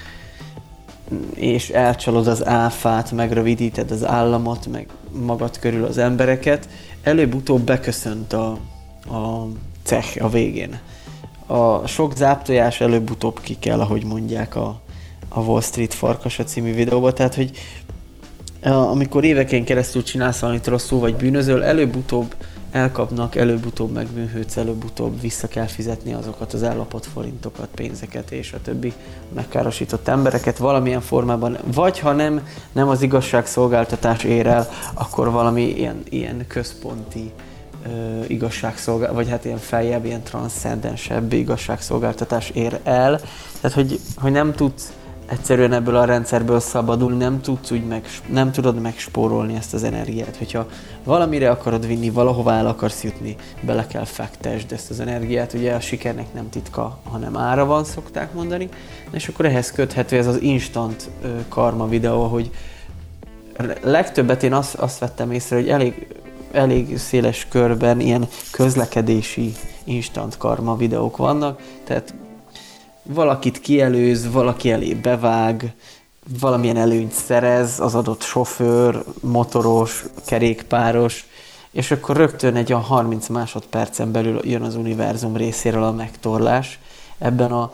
és elcsalod az áfát, megrövidíted az államot, meg magad körül az embereket, előbb-utóbb beköszönt a cech a végén. A sok záptojás előbb-utóbb ki kell, ahogy mondják a Wall Street Farkasa című videóban, tehát, hogy amikor éveken keresztül csinálsz valamit rosszul, vagy bűnözöl, előbb-utóbb elkapnak, előbb-utóbb megbűnhődsz, előbb-utóbb vissza kell fizetni azokat az ellopott forintokat, pénzeket és a többi megkárosított embereket valamilyen formában, vagy ha nem az igazságszolgáltatás ér el, akkor valami ilyen központi igazságszolgáltatás, vagy hát ilyen feljebb, ilyen transzcendensebb igazságszolgáltatás ér el. Tehát, hogy nem tudsz egyszerűen ebből a rendszerből szabadulni, nem tudod megspórolni ezt az energiát. Hogyha valamire akarod vinni, valahová el akarsz jutni, bele kell fektesd ezt az energiát. Ugye a sikernek nem titka, hanem ára van, szokták mondani. És akkor ehhez köthető ez az instant karma videó, hogy legtöbbet én azt vettem észre, hogy elég széles körben ilyen közlekedési instant karma videók vannak, tehát valakit kielőz, valaki elé bevág, valamilyen előnyt szerez az adott sofőr, motoros, kerékpáros, és akkor rögtön egy olyan 30 másodpercen belül jön az univerzum részéről a megtorlás. Ebben a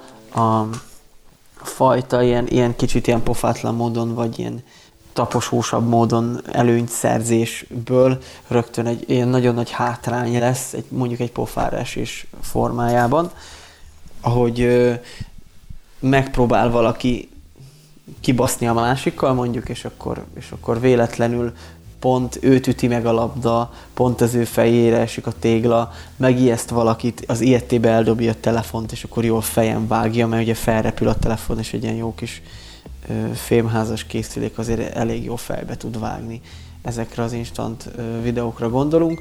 fajta ilyen kicsit ilyen pofátlan módon, vagy ilyen taposósabb módon előnyt szerzésből rögtön egy ilyen nagyon nagy hátrány lesz, mondjuk egy pofára esés formájában, ahogy megpróbál valaki kibaszni a másikkal mondjuk, és akkor véletlenül pont őt üti meg a labda, pont az ő fejére esik a tégla, megijeszt valakit, az ilyettébe eldobja a telefont, és akkor jól fejen vágja, mert ugye felrepül a telefon, és egy ilyen jó kis fémházas készülék azért elég jó fejbe tud vágni. Ezekre az instant videókra gondolunk.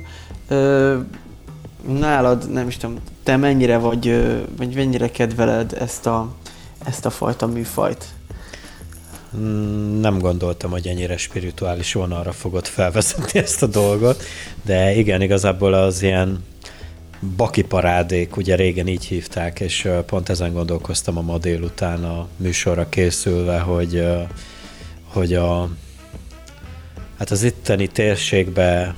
Nálad, nem is tudom, te mennyire vagy mennyire kedveled ezt a fajta műfajt? Nem gondoltam, hogy ennyire spirituális vonalra fogod felvezetni ezt a dolgot, de igen, igazából az ilyen bakiparádék, ugye régen így hívták, és pont ezen gondolkoztam a ma délután a műsorra készülve, hogy hát az itteni térségbe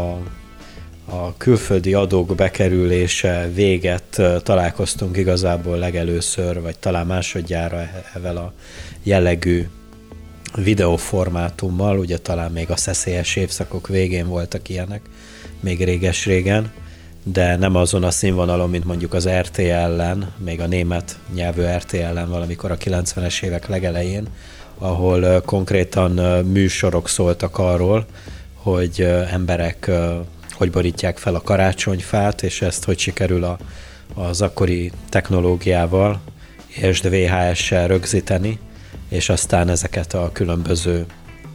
a külföldi adók bekerülése véget találkoztunk igazából legelőször, vagy talán másodjára ezzel a jellegű videóformátummal, ugye talán még a szeszélyes évszakok végén voltak ilyenek, még réges-régen, de nem azon a színvonalon, mint mondjuk az RTL-en, még a német nyelvű RTL-en valamikor a 90-es évek legelején, ahol konkrétan műsorok szóltak arról, hogy emberek hogy borítják fel a karácsonyfát, és ezt hogy sikerül az akkori technológiával, és VHS-sel rögzíteni, és aztán ezeket a különböző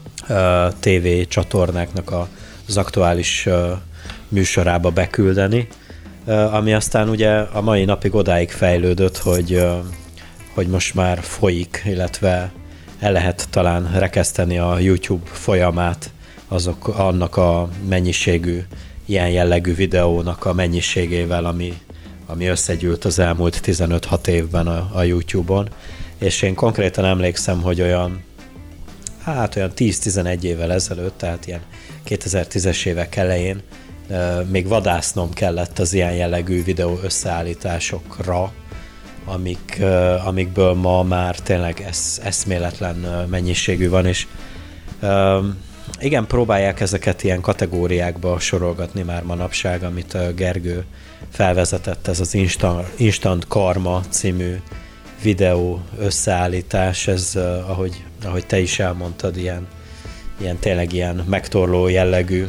TV csatornáknak az aktuális műsorába beküldeni, ami aztán ugye a mai napig odáig fejlődött, hogy most már folyik, illetve el lehet talán rekeszteni a YouTube folyamát annak a mennyiségű, ilyen jellegű videónak a mennyiségével, ami összegyűlt az elmúlt 15-6 évben a YouTube-on, és én konkrétan emlékszem, hogy olyan 10-11 évvel ezelőtt, tehát ilyen 2010-es évek elején még vadásznom kellett az ilyen jellegű videó összeállításokra, amikből ma már tényleg eszméletlen mennyiségű van, és igen, próbálják ezeket ilyen kategóriákba sorolgatni már manapság, amit Gergő felvezetett, ez az Instant Karma című videó összeállítás, ez, ahogy te is elmondtad, tényleg ilyen megtorló jellegű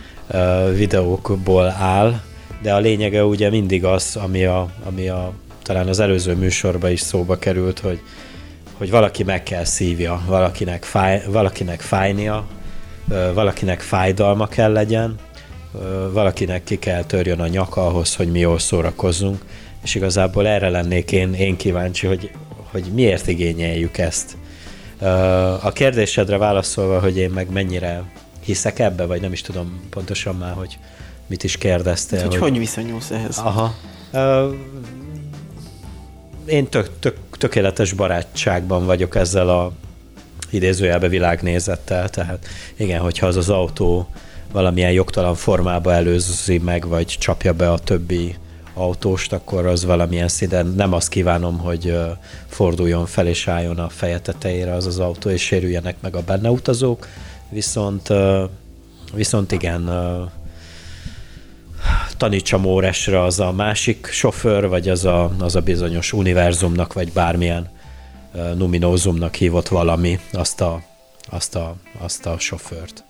videókból áll, de a lényege ugye mindig az, ami talán az előző műsorban is szóba került, hogy hogy valaki meg kell szívja, valakinek fájnia, valakinek fájdalma kell legyen, valakinek ki kell törjön a nyaka ahhoz, hogy mi jól szórakozzunk, és igazából erre lennék én kíváncsi, hogy miért igényeljük ezt. A kérdésedre válaszolva, hogy én meg mennyire hiszek ebbe, vagy nem is tudom pontosan már, hogy mit is kérdeztél. Hogy viszonyulsz ehhez? Aha. Én tökéletes barátságban vagyok ezzel a idézőjelbe világnézettel, tehát igen, hogyha az autó valamilyen jogtalan formába előzi meg, vagy csapja be a többi autóst, akkor az valamilyen szinten nem azt kívánom, hogy forduljon fel és álljon a feje tetejére az autó, és sérüljenek meg a benne utazók, viszont igen, tanítsa Móresre az a másik sofőr, vagy az a bizonyos univerzumnak, vagy bármilyen numinózumnak hívott valami azt a sofőrt.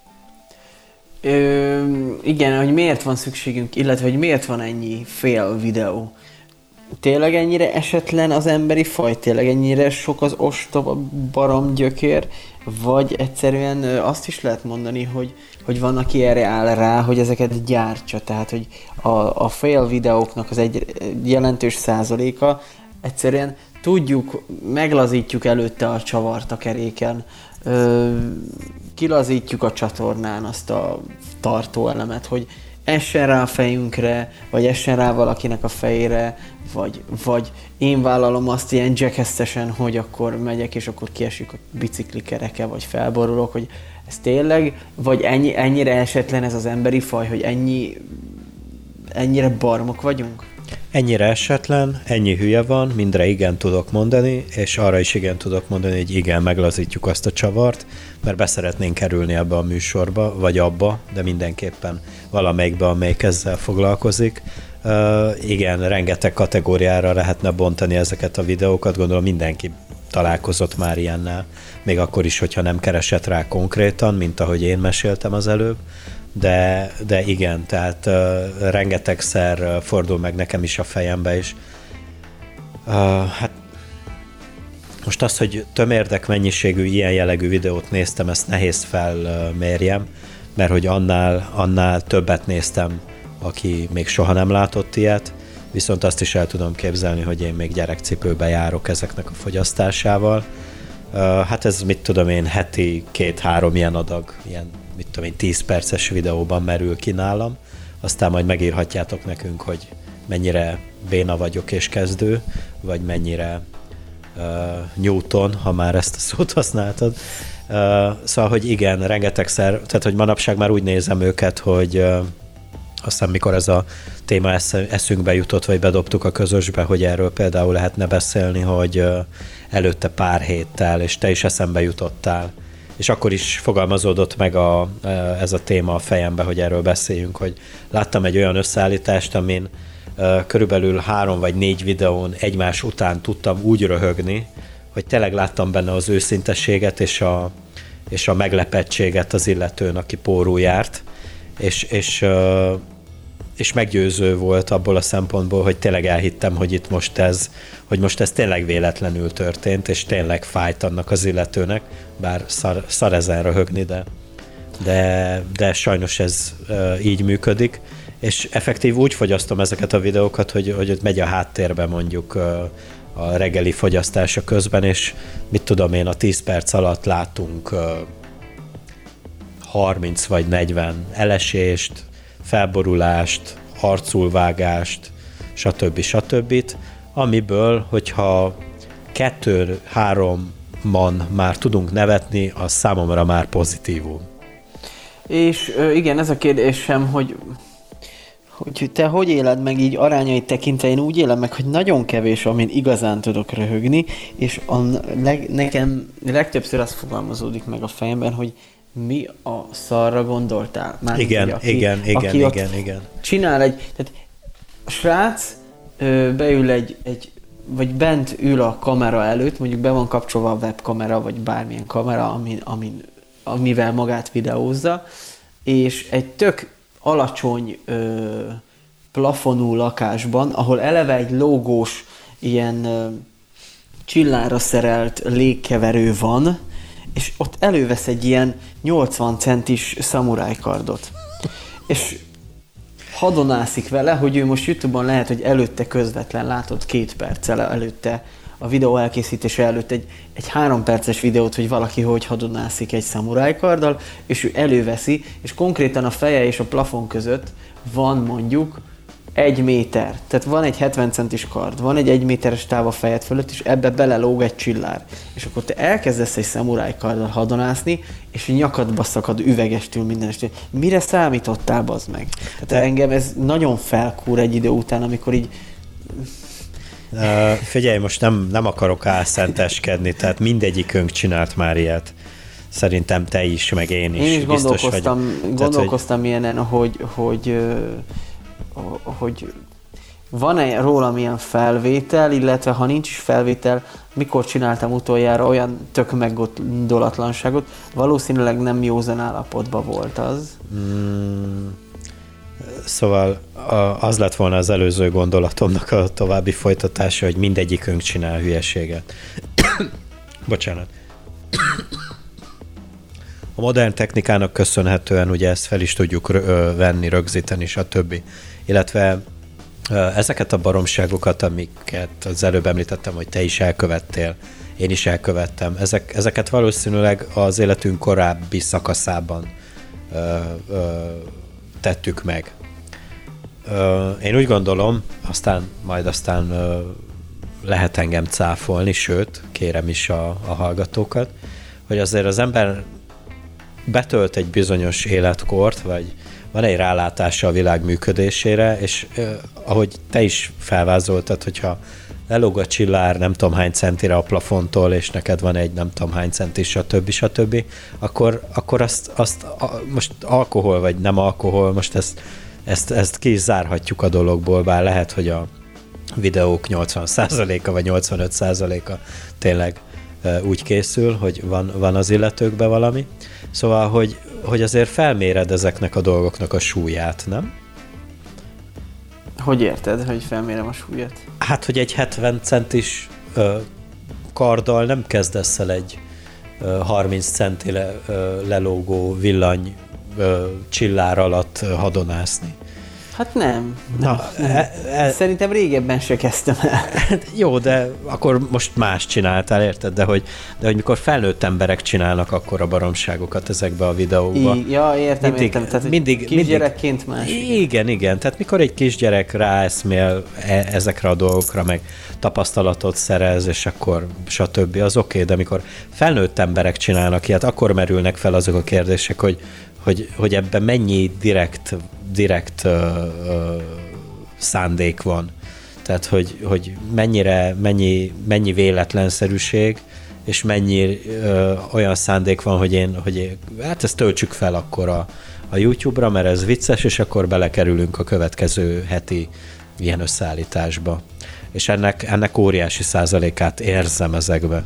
Igen, hogy miért van szükségünk, illetve hogy miért van ennyi fél videó. Tényleg ennyire esetlen az emberi faj? Tényleg ennyire sok az ostoba baromgyökér? Vagy egyszerűen azt is lehet mondani, hogy van, aki erre áll rá, hogy ezeket gyártsa. Tehát, hogy a fail videóknak az egy jelentős százaléka egyszerűen tudjuk, meglazítjuk előtte a csavart a keréken, kilazítjuk a csatornán azt a tartóelemet, hogy essen rá a fejünkre, vagy essen rá valakinek a fejére, vagy én vállalom azt ilyen jackass-esen, hogy akkor megyek, és akkor kiesik a bicikli kereke, vagy felborulok, hogy ez tényleg, vagy ennyire esetlen ez az emberi faj, hogy ennyire barmok vagyunk? Ennyire esetlen, ennyi hülye van, mindre igen tudok mondani, és arra is igen tudok mondani, hogy igen, meglazítjuk azt a csavart, mert beszeretnénk kerülni ebbe a műsorba, vagy abba, de mindenképpen valamelyikbe, amelyik ezzel foglalkozik. Igen, rengeteg kategóriára lehetne bontani ezeket a videókat, gondolom mindenki találkozott már ilyennel, még akkor is, hogyha nem keresett rá konkrétan, mint ahogy én meséltem az előbb, de igen, tehát rengetegszer fordul meg nekem is a fejembe is. Hát most az, hogy tömérdek mennyiségű ilyen jellegű videót néztem, ezt nehéz felmérjem, mert hogy annál többet néztem, aki még soha nem látott ilyet, viszont azt is el tudom képzelni, hogy én még gyerekcipőbe járok ezeknek a fogyasztásával. Hát ez mit tudom én, heti 2-3 ilyen adag, ilyen 10 perces videóban merül ki nálam, aztán majd megírhatjátok nekünk, hogy mennyire béna vagyok és kezdő, vagy mennyire Newton, ha már ezt a szót használtad. Szóval, hogy igen, rengetegszer, tehát hogy manapság már úgy nézem őket, hogy aztán mikor ez a téma eszünkbe jutott, vagy bedobtuk a közösbe, hogy erről például lehetne beszélni, hogy előtte pár héttel, és te is eszembe jutottál, és akkor is fogalmazódott meg ez a téma a fejembe, hogy erről beszéljünk, hogy láttam egy olyan összeállítást, amin körülbelül 3 vagy 4 videón egymás után tudtam úgy röhögni, hogy tényleg láttam benne az őszintességet és a meglepettséget az illetőn, aki pórul járt, és meggyőző volt abból a szempontból, hogy tényleg elhittem, hogy most ez tényleg véletlenül történt, és tényleg fájt annak az illetőnek, bár szar ezen röhögni, de sajnos ez így működik, és effektív úgy fogyasztom ezeket a videókat, hogy ott megy a háttérbe mondjuk a reggeli fogyasztása közben, és mit tudom én, a 10 perc alatt látunk 30 vagy 40 elesést, felborulást, arculvágást, stb. Amiből, hogyha 2-3-man már tudunk nevetni, az számomra már pozitívum. És igen, ez a kérdésem, hogy te hogy éled meg így arányait tekintve, én úgy élem meg, hogy nagyon kevés, amin igazán tudok röhögni, és nekem legtöbbször az fogalmazódik meg a fejemben, hogy mi a szarra gondoltál? Már Igen. Csinál tehát a srác beül vagy bent ül a kamera előtt, mondjuk be van kapcsolva a webkamera, vagy bármilyen kamera, amivel magát videózza, és egy tök alacsony plafonú lakásban, ahol eleve egy lógós ilyen csillárra szerelt légkeverő van, és ott elővesz egy ilyen 80 centis szamurájkardot. És hadonászik vele, hogy ő most YouTube-on lehet, hogy előtte közvetlen látod 2 perccel előtte, a videó elkészítése előtt egy 3 perces videót, hogy valaki hogy hadonászik egy szamurájkarddal, és ő előveszi, és konkrétan a feje és a plafon között van mondjuk 1 méter. Tehát van egy 70 centis kard, van egy 1 méteres táv a fejed fölött, és ebbe belelóg egy csillár. És akkor te elkezdesz egy szamurájkarddal hadonászni, és nyakadba szakad üvegestül mindenestől. Mire számítottál, bazd meg? Tehát engem ez nagyon felkúr egy idő után, amikor így... Figyelj, most nem akarok álszenteskedni, tehát mindegyikünk csinált már ilyet. Szerintem te is, meg én is. Én is gondolkoztam ilyenen, hogy van-e rólam ilyen felvétel, illetve ha nincs is felvétel, mikor csináltam utoljára olyan tök meggondolatlanságot, valószínűleg nem józan állapotban volt az. Szóval az lett volna az előző gondolatomnak a további folytatása, hogy mindegyikünk csinál hülyeséget. Bocsánat. A modern technikának köszönhetően ugye ezt fel is tudjuk venni, rögzíteni, stb. Illetve ezeket a baromságokat, amiket az előbb említettem, hogy te is elkövettél, én is elkövettem, ezeket valószínűleg az életünk korábbi szakaszában tettük meg. Én úgy gondolom, aztán lehet engem cáfolni, sőt, kérem is a hallgatókat, hogy azért az ember betölt egy bizonyos életkort, vagy van egy rálátása a világ működésére, és ahogy te is felvázoltad, hogyha lelóg a csillár nem tudom hány centire a plafontól, és neked van egy nem tudom hány centi, stb., akkor azt most alkohol, vagy nem alkohol, most ezt ki is zárhatjuk a dologból, bár lehet, hogy a videók 80%-a vagy 85%-a tényleg úgy készül, hogy van az illetőkben valami. Szóval, hogy azért felméred ezeknek a dolgoknak a súlyát, nem? Hogy érted, hogy felmérem a súlyát? Hát, hogy egy 70 centis karddal nem kezdesz el egy 30 centi lelógó villany csillár alatt hadonászni. Hát nem. Szerintem régebben se kezdtem el. Jó, de akkor most más csináltál, érted? De hogy mikor felnőtt emberek csinálnak akkor a baromságokat ezekbe a videókba. Ja, értem. Tehát kisgyerekként más. Igen. Tehát mikor egy kisgyerek ráeszmél ezekre a dolgokra, meg tapasztalatot szerez, és akkor stb. Az oké, de mikor felnőtt emberek csinálnak ilyet, akkor merülnek fel azok a kérdések, hogy ebben mennyi direkt szándék van. Tehát, hogy mennyi véletlenszerűség, és mennyi olyan szándék van, hogy hát ezt töltsük fel akkor a YouTube-ra, mert ez vicces, és akkor belekerülünk a következő heti ilyen összeállításba. És ennek óriási százalékát érzem ezekbe.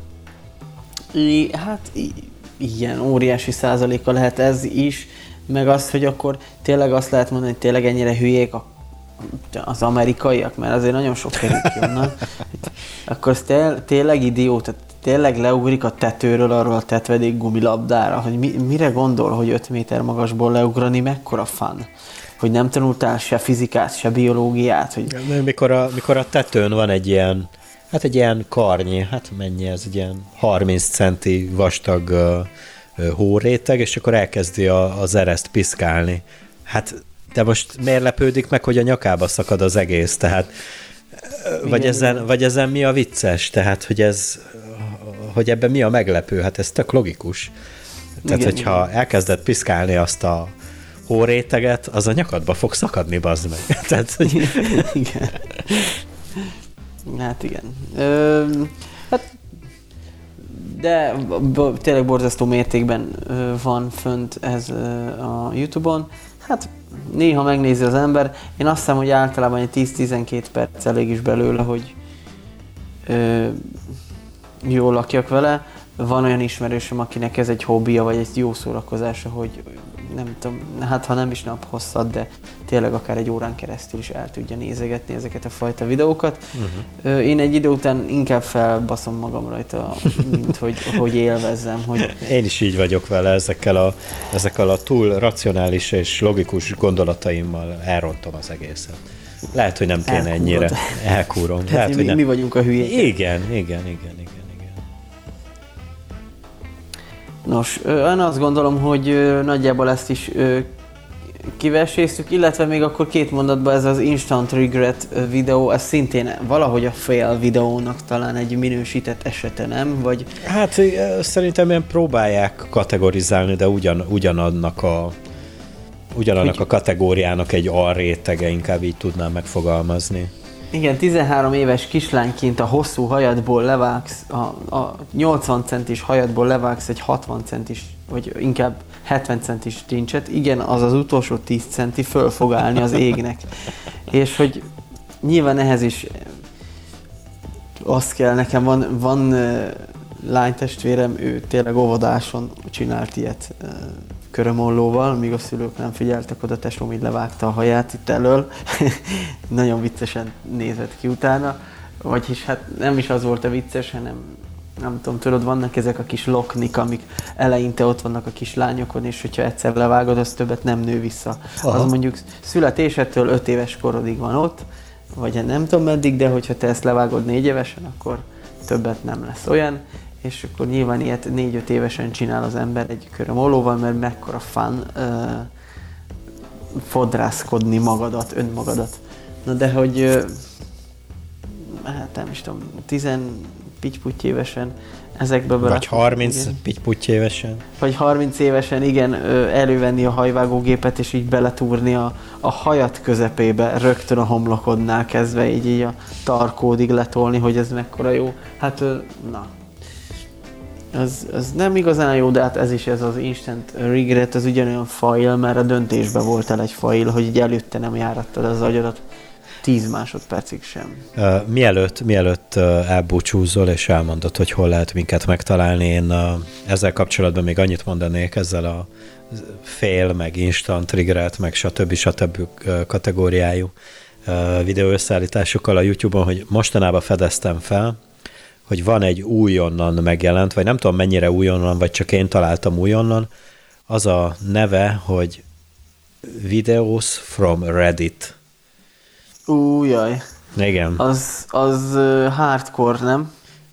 Hát igen, óriási százaléka lehet ez is, meg az, hogy akkor tényleg azt lehet mondani, hogy tényleg ennyire hülyék az amerikaiak, mert azért nagyon sok kerül ki onnan. Akkor az tényleg idióta, tényleg leugrik a tetőről arról a tetvedék gumilabdára, hogy mire gondol, hogy 5 méter magasból leugrani, mekkora fun? Hogy nem tanultál se fizikát, se biológiát. Hogy... Mikor a tetőn van egy ilyen karnyi, hát mennyi ez, egy ilyen 30 centi vastag hóréteg, és akkor elkezdi az ereszt piszkálni. Hát, de most miért lepődik meg, hogy a nyakába szakad az egész? Tehát, vagy ezen mi a vicces? Tehát, hogy ebben mi a meglepő? Hát ez tök logikus. Tehát, hogyha elkezded piszkálni azt a hóréteget, az a nyakadba fog szakadni, bazd meg. Tehát, hogy... Igen. Hát igen. De tényleg borzasztó mértékben van fönt ez a YouTube-on. Hát néha megnézi az ember. Én azt hiszem, hogy általában egy 10-12 perc elég is belőle, hogy jól lakjak vele. Van olyan ismerősöm, akinek ez egy hobbija, vagy egy jó szórakozása, hogy nem tudom, hát ha nem is naphosszat, de tényleg akár egy órán keresztül is el tudja nézegetni ezeket a fajta videókat. Én egy idő után inkább felbaszom magam rajta, mint hogy élvezzem. Én is így vagyok vele, ezekkel a túl racionális és logikus gondolataimmal elrontom az egészet. Lehet, hogy nem kéne ennyire. Elkúrom. Lehet, hogy mi vagyunk a hülyék. Igen. Nos, én azt gondolom, hogy nagyjából ezt is kiveséztük, illetve még akkor 2 mondatban ez az Instant Regret videó, ez szintén valahogy a fail videónak talán egy minősített esete, nem? Vagy... Hát szerintem ilyen próbálják kategorizálni, de ugyanannak a kategóriának egy alrétege, inkább így tudnám megfogalmazni. Igen, 13 éves kislányként a hosszú hajadból levágsz, a 80 centis hajadból levágsz egy 60 centis, vagy inkább 70 centis tincset. Igen, az az utolsó 10 centi föl fog állni az égnek. És hogy nyilván ehhez is azt kell, nekem van lánytestvérem, ő tényleg óvodáson csinált ilyet körömollóval, míg a szülők nem figyeltek oda, tesóm így levágta a haját itt elől. Nagyon viccesen nézett ki utána. Vagyis hát nem is az volt a vicces, hanem nem tudom, tudod, vannak ezek a kis loknik, amik eleinte ott vannak a kislányokon, és hogyha egyszer levágod, az többet nem nő vissza. Aha. Az mondjuk születésedtől 5 éves korodig van ott, vagy nem tudom meddig, de hogyha te ezt levágod 4 évesen, akkor többet nem lesz olyan. És akkor nyilván ilyet 4-5 évesen csinál az ember egy körömollóval, mert mekkora fun fodrászkodni önmagadat. Na de hogy, hát nem is tudom, 10 pitty-putty évesen ezekbe vagy 30 pitty-putty évesen. Vagy 30 évesen, igen, elővenni a hajvágógépet és így beletúrni a hajat közepébe, rögtön a homlokodnál kezdve, így a tarkódig letolni, hogy ez mekkora jó. Hát, na. Az nem igazán jó, de hát ez az Instant Regret, az ugyanolyan fail, mert a döntésben volt el egy fail, hogy így előtte nem járattad az agyadat 10 másodpercig sem. Mielőtt elbúcsúzol és elmondod, hogy hol lehet minket megtalálni, én ezzel kapcsolatban még annyit mondanék ezzel a fail, meg Instant Regret, meg stb. Kategóriájú videó összeállításokkal a YouTube-on, hogy mostanában fedeztem fel, hogy van egy újonnan megjelent, vagy nem tudom mennyire újonnan, vagy csak én találtam újonnan, az a neve, hogy Videos from Reddit. Jaj. Igen. Az hardcore, nem?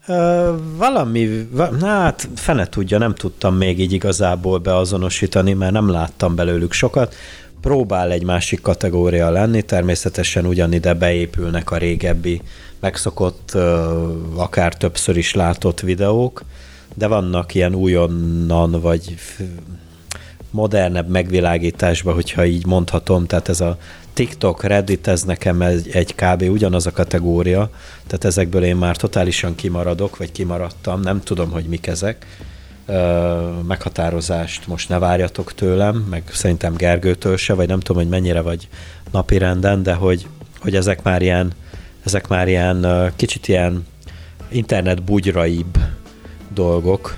Hát fene tudja, nem tudtam még így igazából beazonosítani, mert nem láttam belőlük sokat. Próbál egy másik kategória lenni, természetesen ugyanide beépülnek a régebbi, megszokott, akár többször is látott videók, de vannak ilyen újonnan, vagy modernebb megvilágításban, hogyha így mondhatom, tehát ez a TikTok, Reddit, ez nekem egy kb. Ugyanaz a kategória, tehát ezekből én már totálisan kimaradok, vagy kimaradtam, nem tudom, hogy mik ezek. Meghatározást most ne várjatok tőlem, meg szerintem Gergőtől se, vagy nem tudom, hogy mennyire vagy napirenden, de hogy ezek már ilyen kicsit ilyen internet bugyraibb dolgok.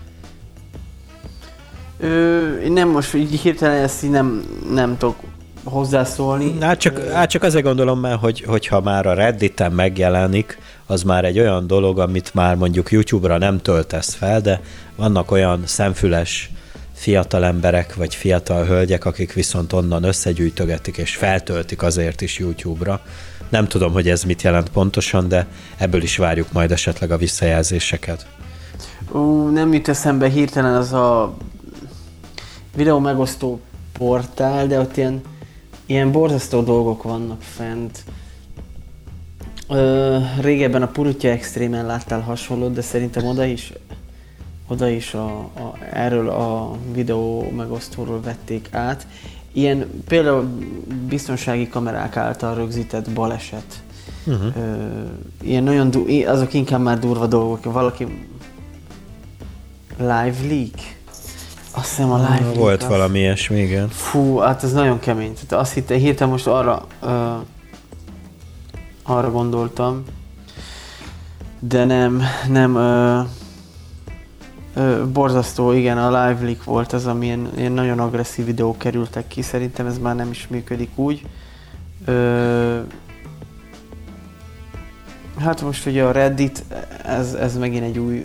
Én nem most így hirtelen ezt így nem tudok hozzászólni. Csak azért gondolom már, hogyha már a Redditen megjelenik, az már egy olyan dolog, amit már mondjuk YouTube-ra nem töltesz fel, de vannak olyan szemfüles fiatal emberek, vagy fiatal hölgyek, akik viszont onnan összegyűjtögetik, és feltöltik azért is YouTube-ra. Nem tudom, hogy ez mit jelent pontosan, de ebből is várjuk majd esetleg a visszajelzéseket. Nem jut eszembe hirtelen az a videó megosztó portál, de ott ilyen borzasztó dolgok vannak fent. Régebben a Purutya Extrémen láttál hasonlót, de szerintem oda is erről a videó megosztóról vették át. Ilyen például biztonsági kamerák által rögzített baleset. Uh-huh. Ilyen nagyon azok inkább már durva dolgok. Valaki live leak? Azt hiszem a live leak. Volt valami ilyesmi, igen. Fú, hát ez nagyon kemény. Tehát azt hittem, hirtelen most arra gondoltam, de nem Borzasztó, igen, a live leak volt az, amilyen ilyen nagyon agresszív videók kerültek ki, szerintem ez már nem is működik úgy. Hát most ugye a Reddit, ez megint egy új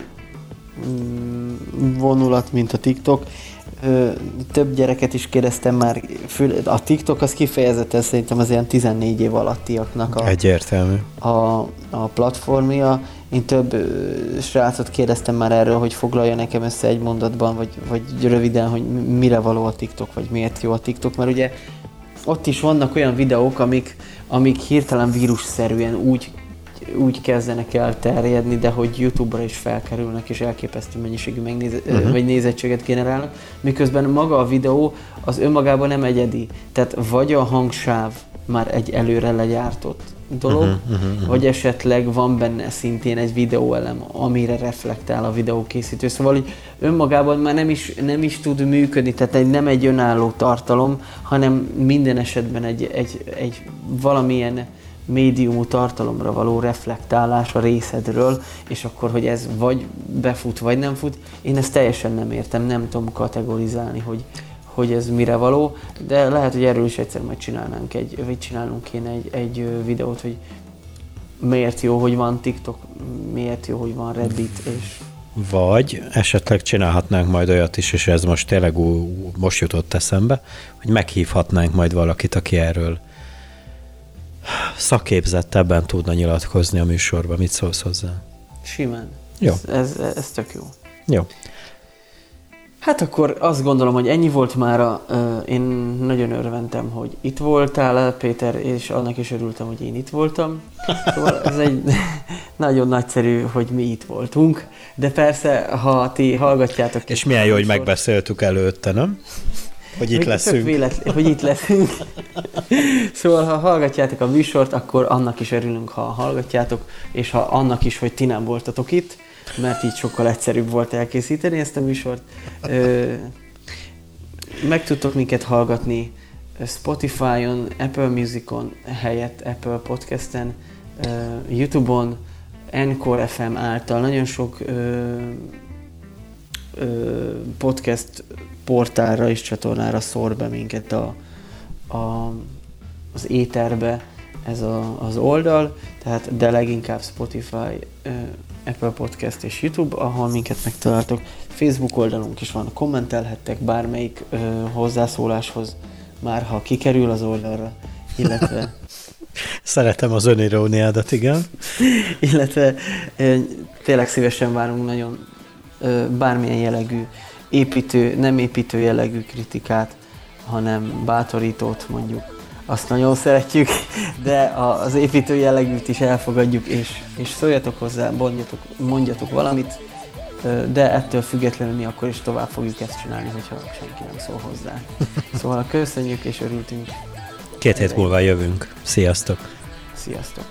vonulat, mint a TikTok. Több gyereket is kérdeztem már, a TikTok az kifejezetten szerintem az ilyen 14 év alattiaknak egyértelmű. A platformja. Én több srácot kérdeztem már erről, hogy foglalja nekem össze egy mondatban, vagy röviden, hogy mire való a TikTok, vagy miért jó a TikTok, mert ugye ott is vannak olyan videók, amik hirtelen vírusszerűen úgy kezdenek el terjedni, de hogy YouTube-ra is felkerülnek, és elképesztő mennyiségű vagy nézettséget generálnak, miközben maga a videó az önmagában nem egyedi. Tehát vagy a hangsáv már egy előre legyártott dolog, vagy esetleg van benne szintén egy videóelem, amire reflektál a videókészítő. Szóval, hogy önmagában már nem is tud működni, tehát nem egy önálló tartalom, hanem minden esetben egy valamilyen médiumú tartalomra való reflektálás a részedről, és akkor, hogy ez vagy befut, vagy nem fut, én ezt teljesen nem értem, nem tudom kategorizálni, hogy ez mire való, de lehet, hogy erről is egyszer majd csinálnunk kéne egy videót, hogy miért jó, hogy van TikTok, miért jó, hogy van Reddit, és... Vagy esetleg csinálhatnánk majd olyat is, és ez most tényleg most jutott eszembe, hogy meghívhatnánk majd valakit, aki erről szakképzettebben tudna nyilatkozni a műsorban. Mit szólsz hozzá? Simán. Jó. Ez tök jó. Jó. Hát akkor azt gondolom, hogy ennyi volt mára. Én nagyon örventem, hogy itt voltál, Péter, és annak is örültem, hogy én itt voltam. Szóval ez egy nagyon nagyszerű, hogy mi itt voltunk. De persze, ha ti hallgatjátok... És milyen jó, hogy megbeszéltük előtte, nem? Hogy itt leszünk. Hogy itt leszünk. Szóval, ha hallgatjátok a műsort, akkor annak is örülünk, ha hallgatjátok, és ha annak is, hogy ti nem voltatok itt, mert így sokkal egyszerűbb volt elkészíteni ezt a műsort. Meg tudtok minket hallgatni Spotify-on, Apple Music-on helyett Apple Podcast-en, YouTube-on, Encore FM által. Nagyon sok podcast portálra és csatornára szór be minket az éterbe ez az oldal, tehát de leginkább Spotify, Apple Podcast és YouTube, ahol minket megtaláltok. Facebook oldalunk is van, kommentelhettek bármelyik hozzászóláshoz, már ha kikerül az oldalra, illetve... Szeretem az öniróniádat, igen. Illetve tényleg szívesen várunk nagyon bármilyen jellegű nem építő jellegű kritikát, hanem bátorítót mondjuk. Azt nagyon szeretjük, de az építő jellegűt is elfogadjuk, és szóljatok hozzá, mondjatok valamit, de ettől függetlenül mi akkor is tovább fogjuk ezt csinálni, hogyha senki nem szól hozzá. Szóval köszönjük és örültünk. 2 hét múlva jövünk. Sziasztok! Sziasztok!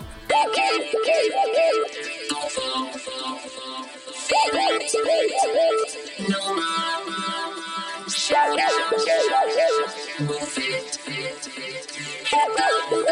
Shout out.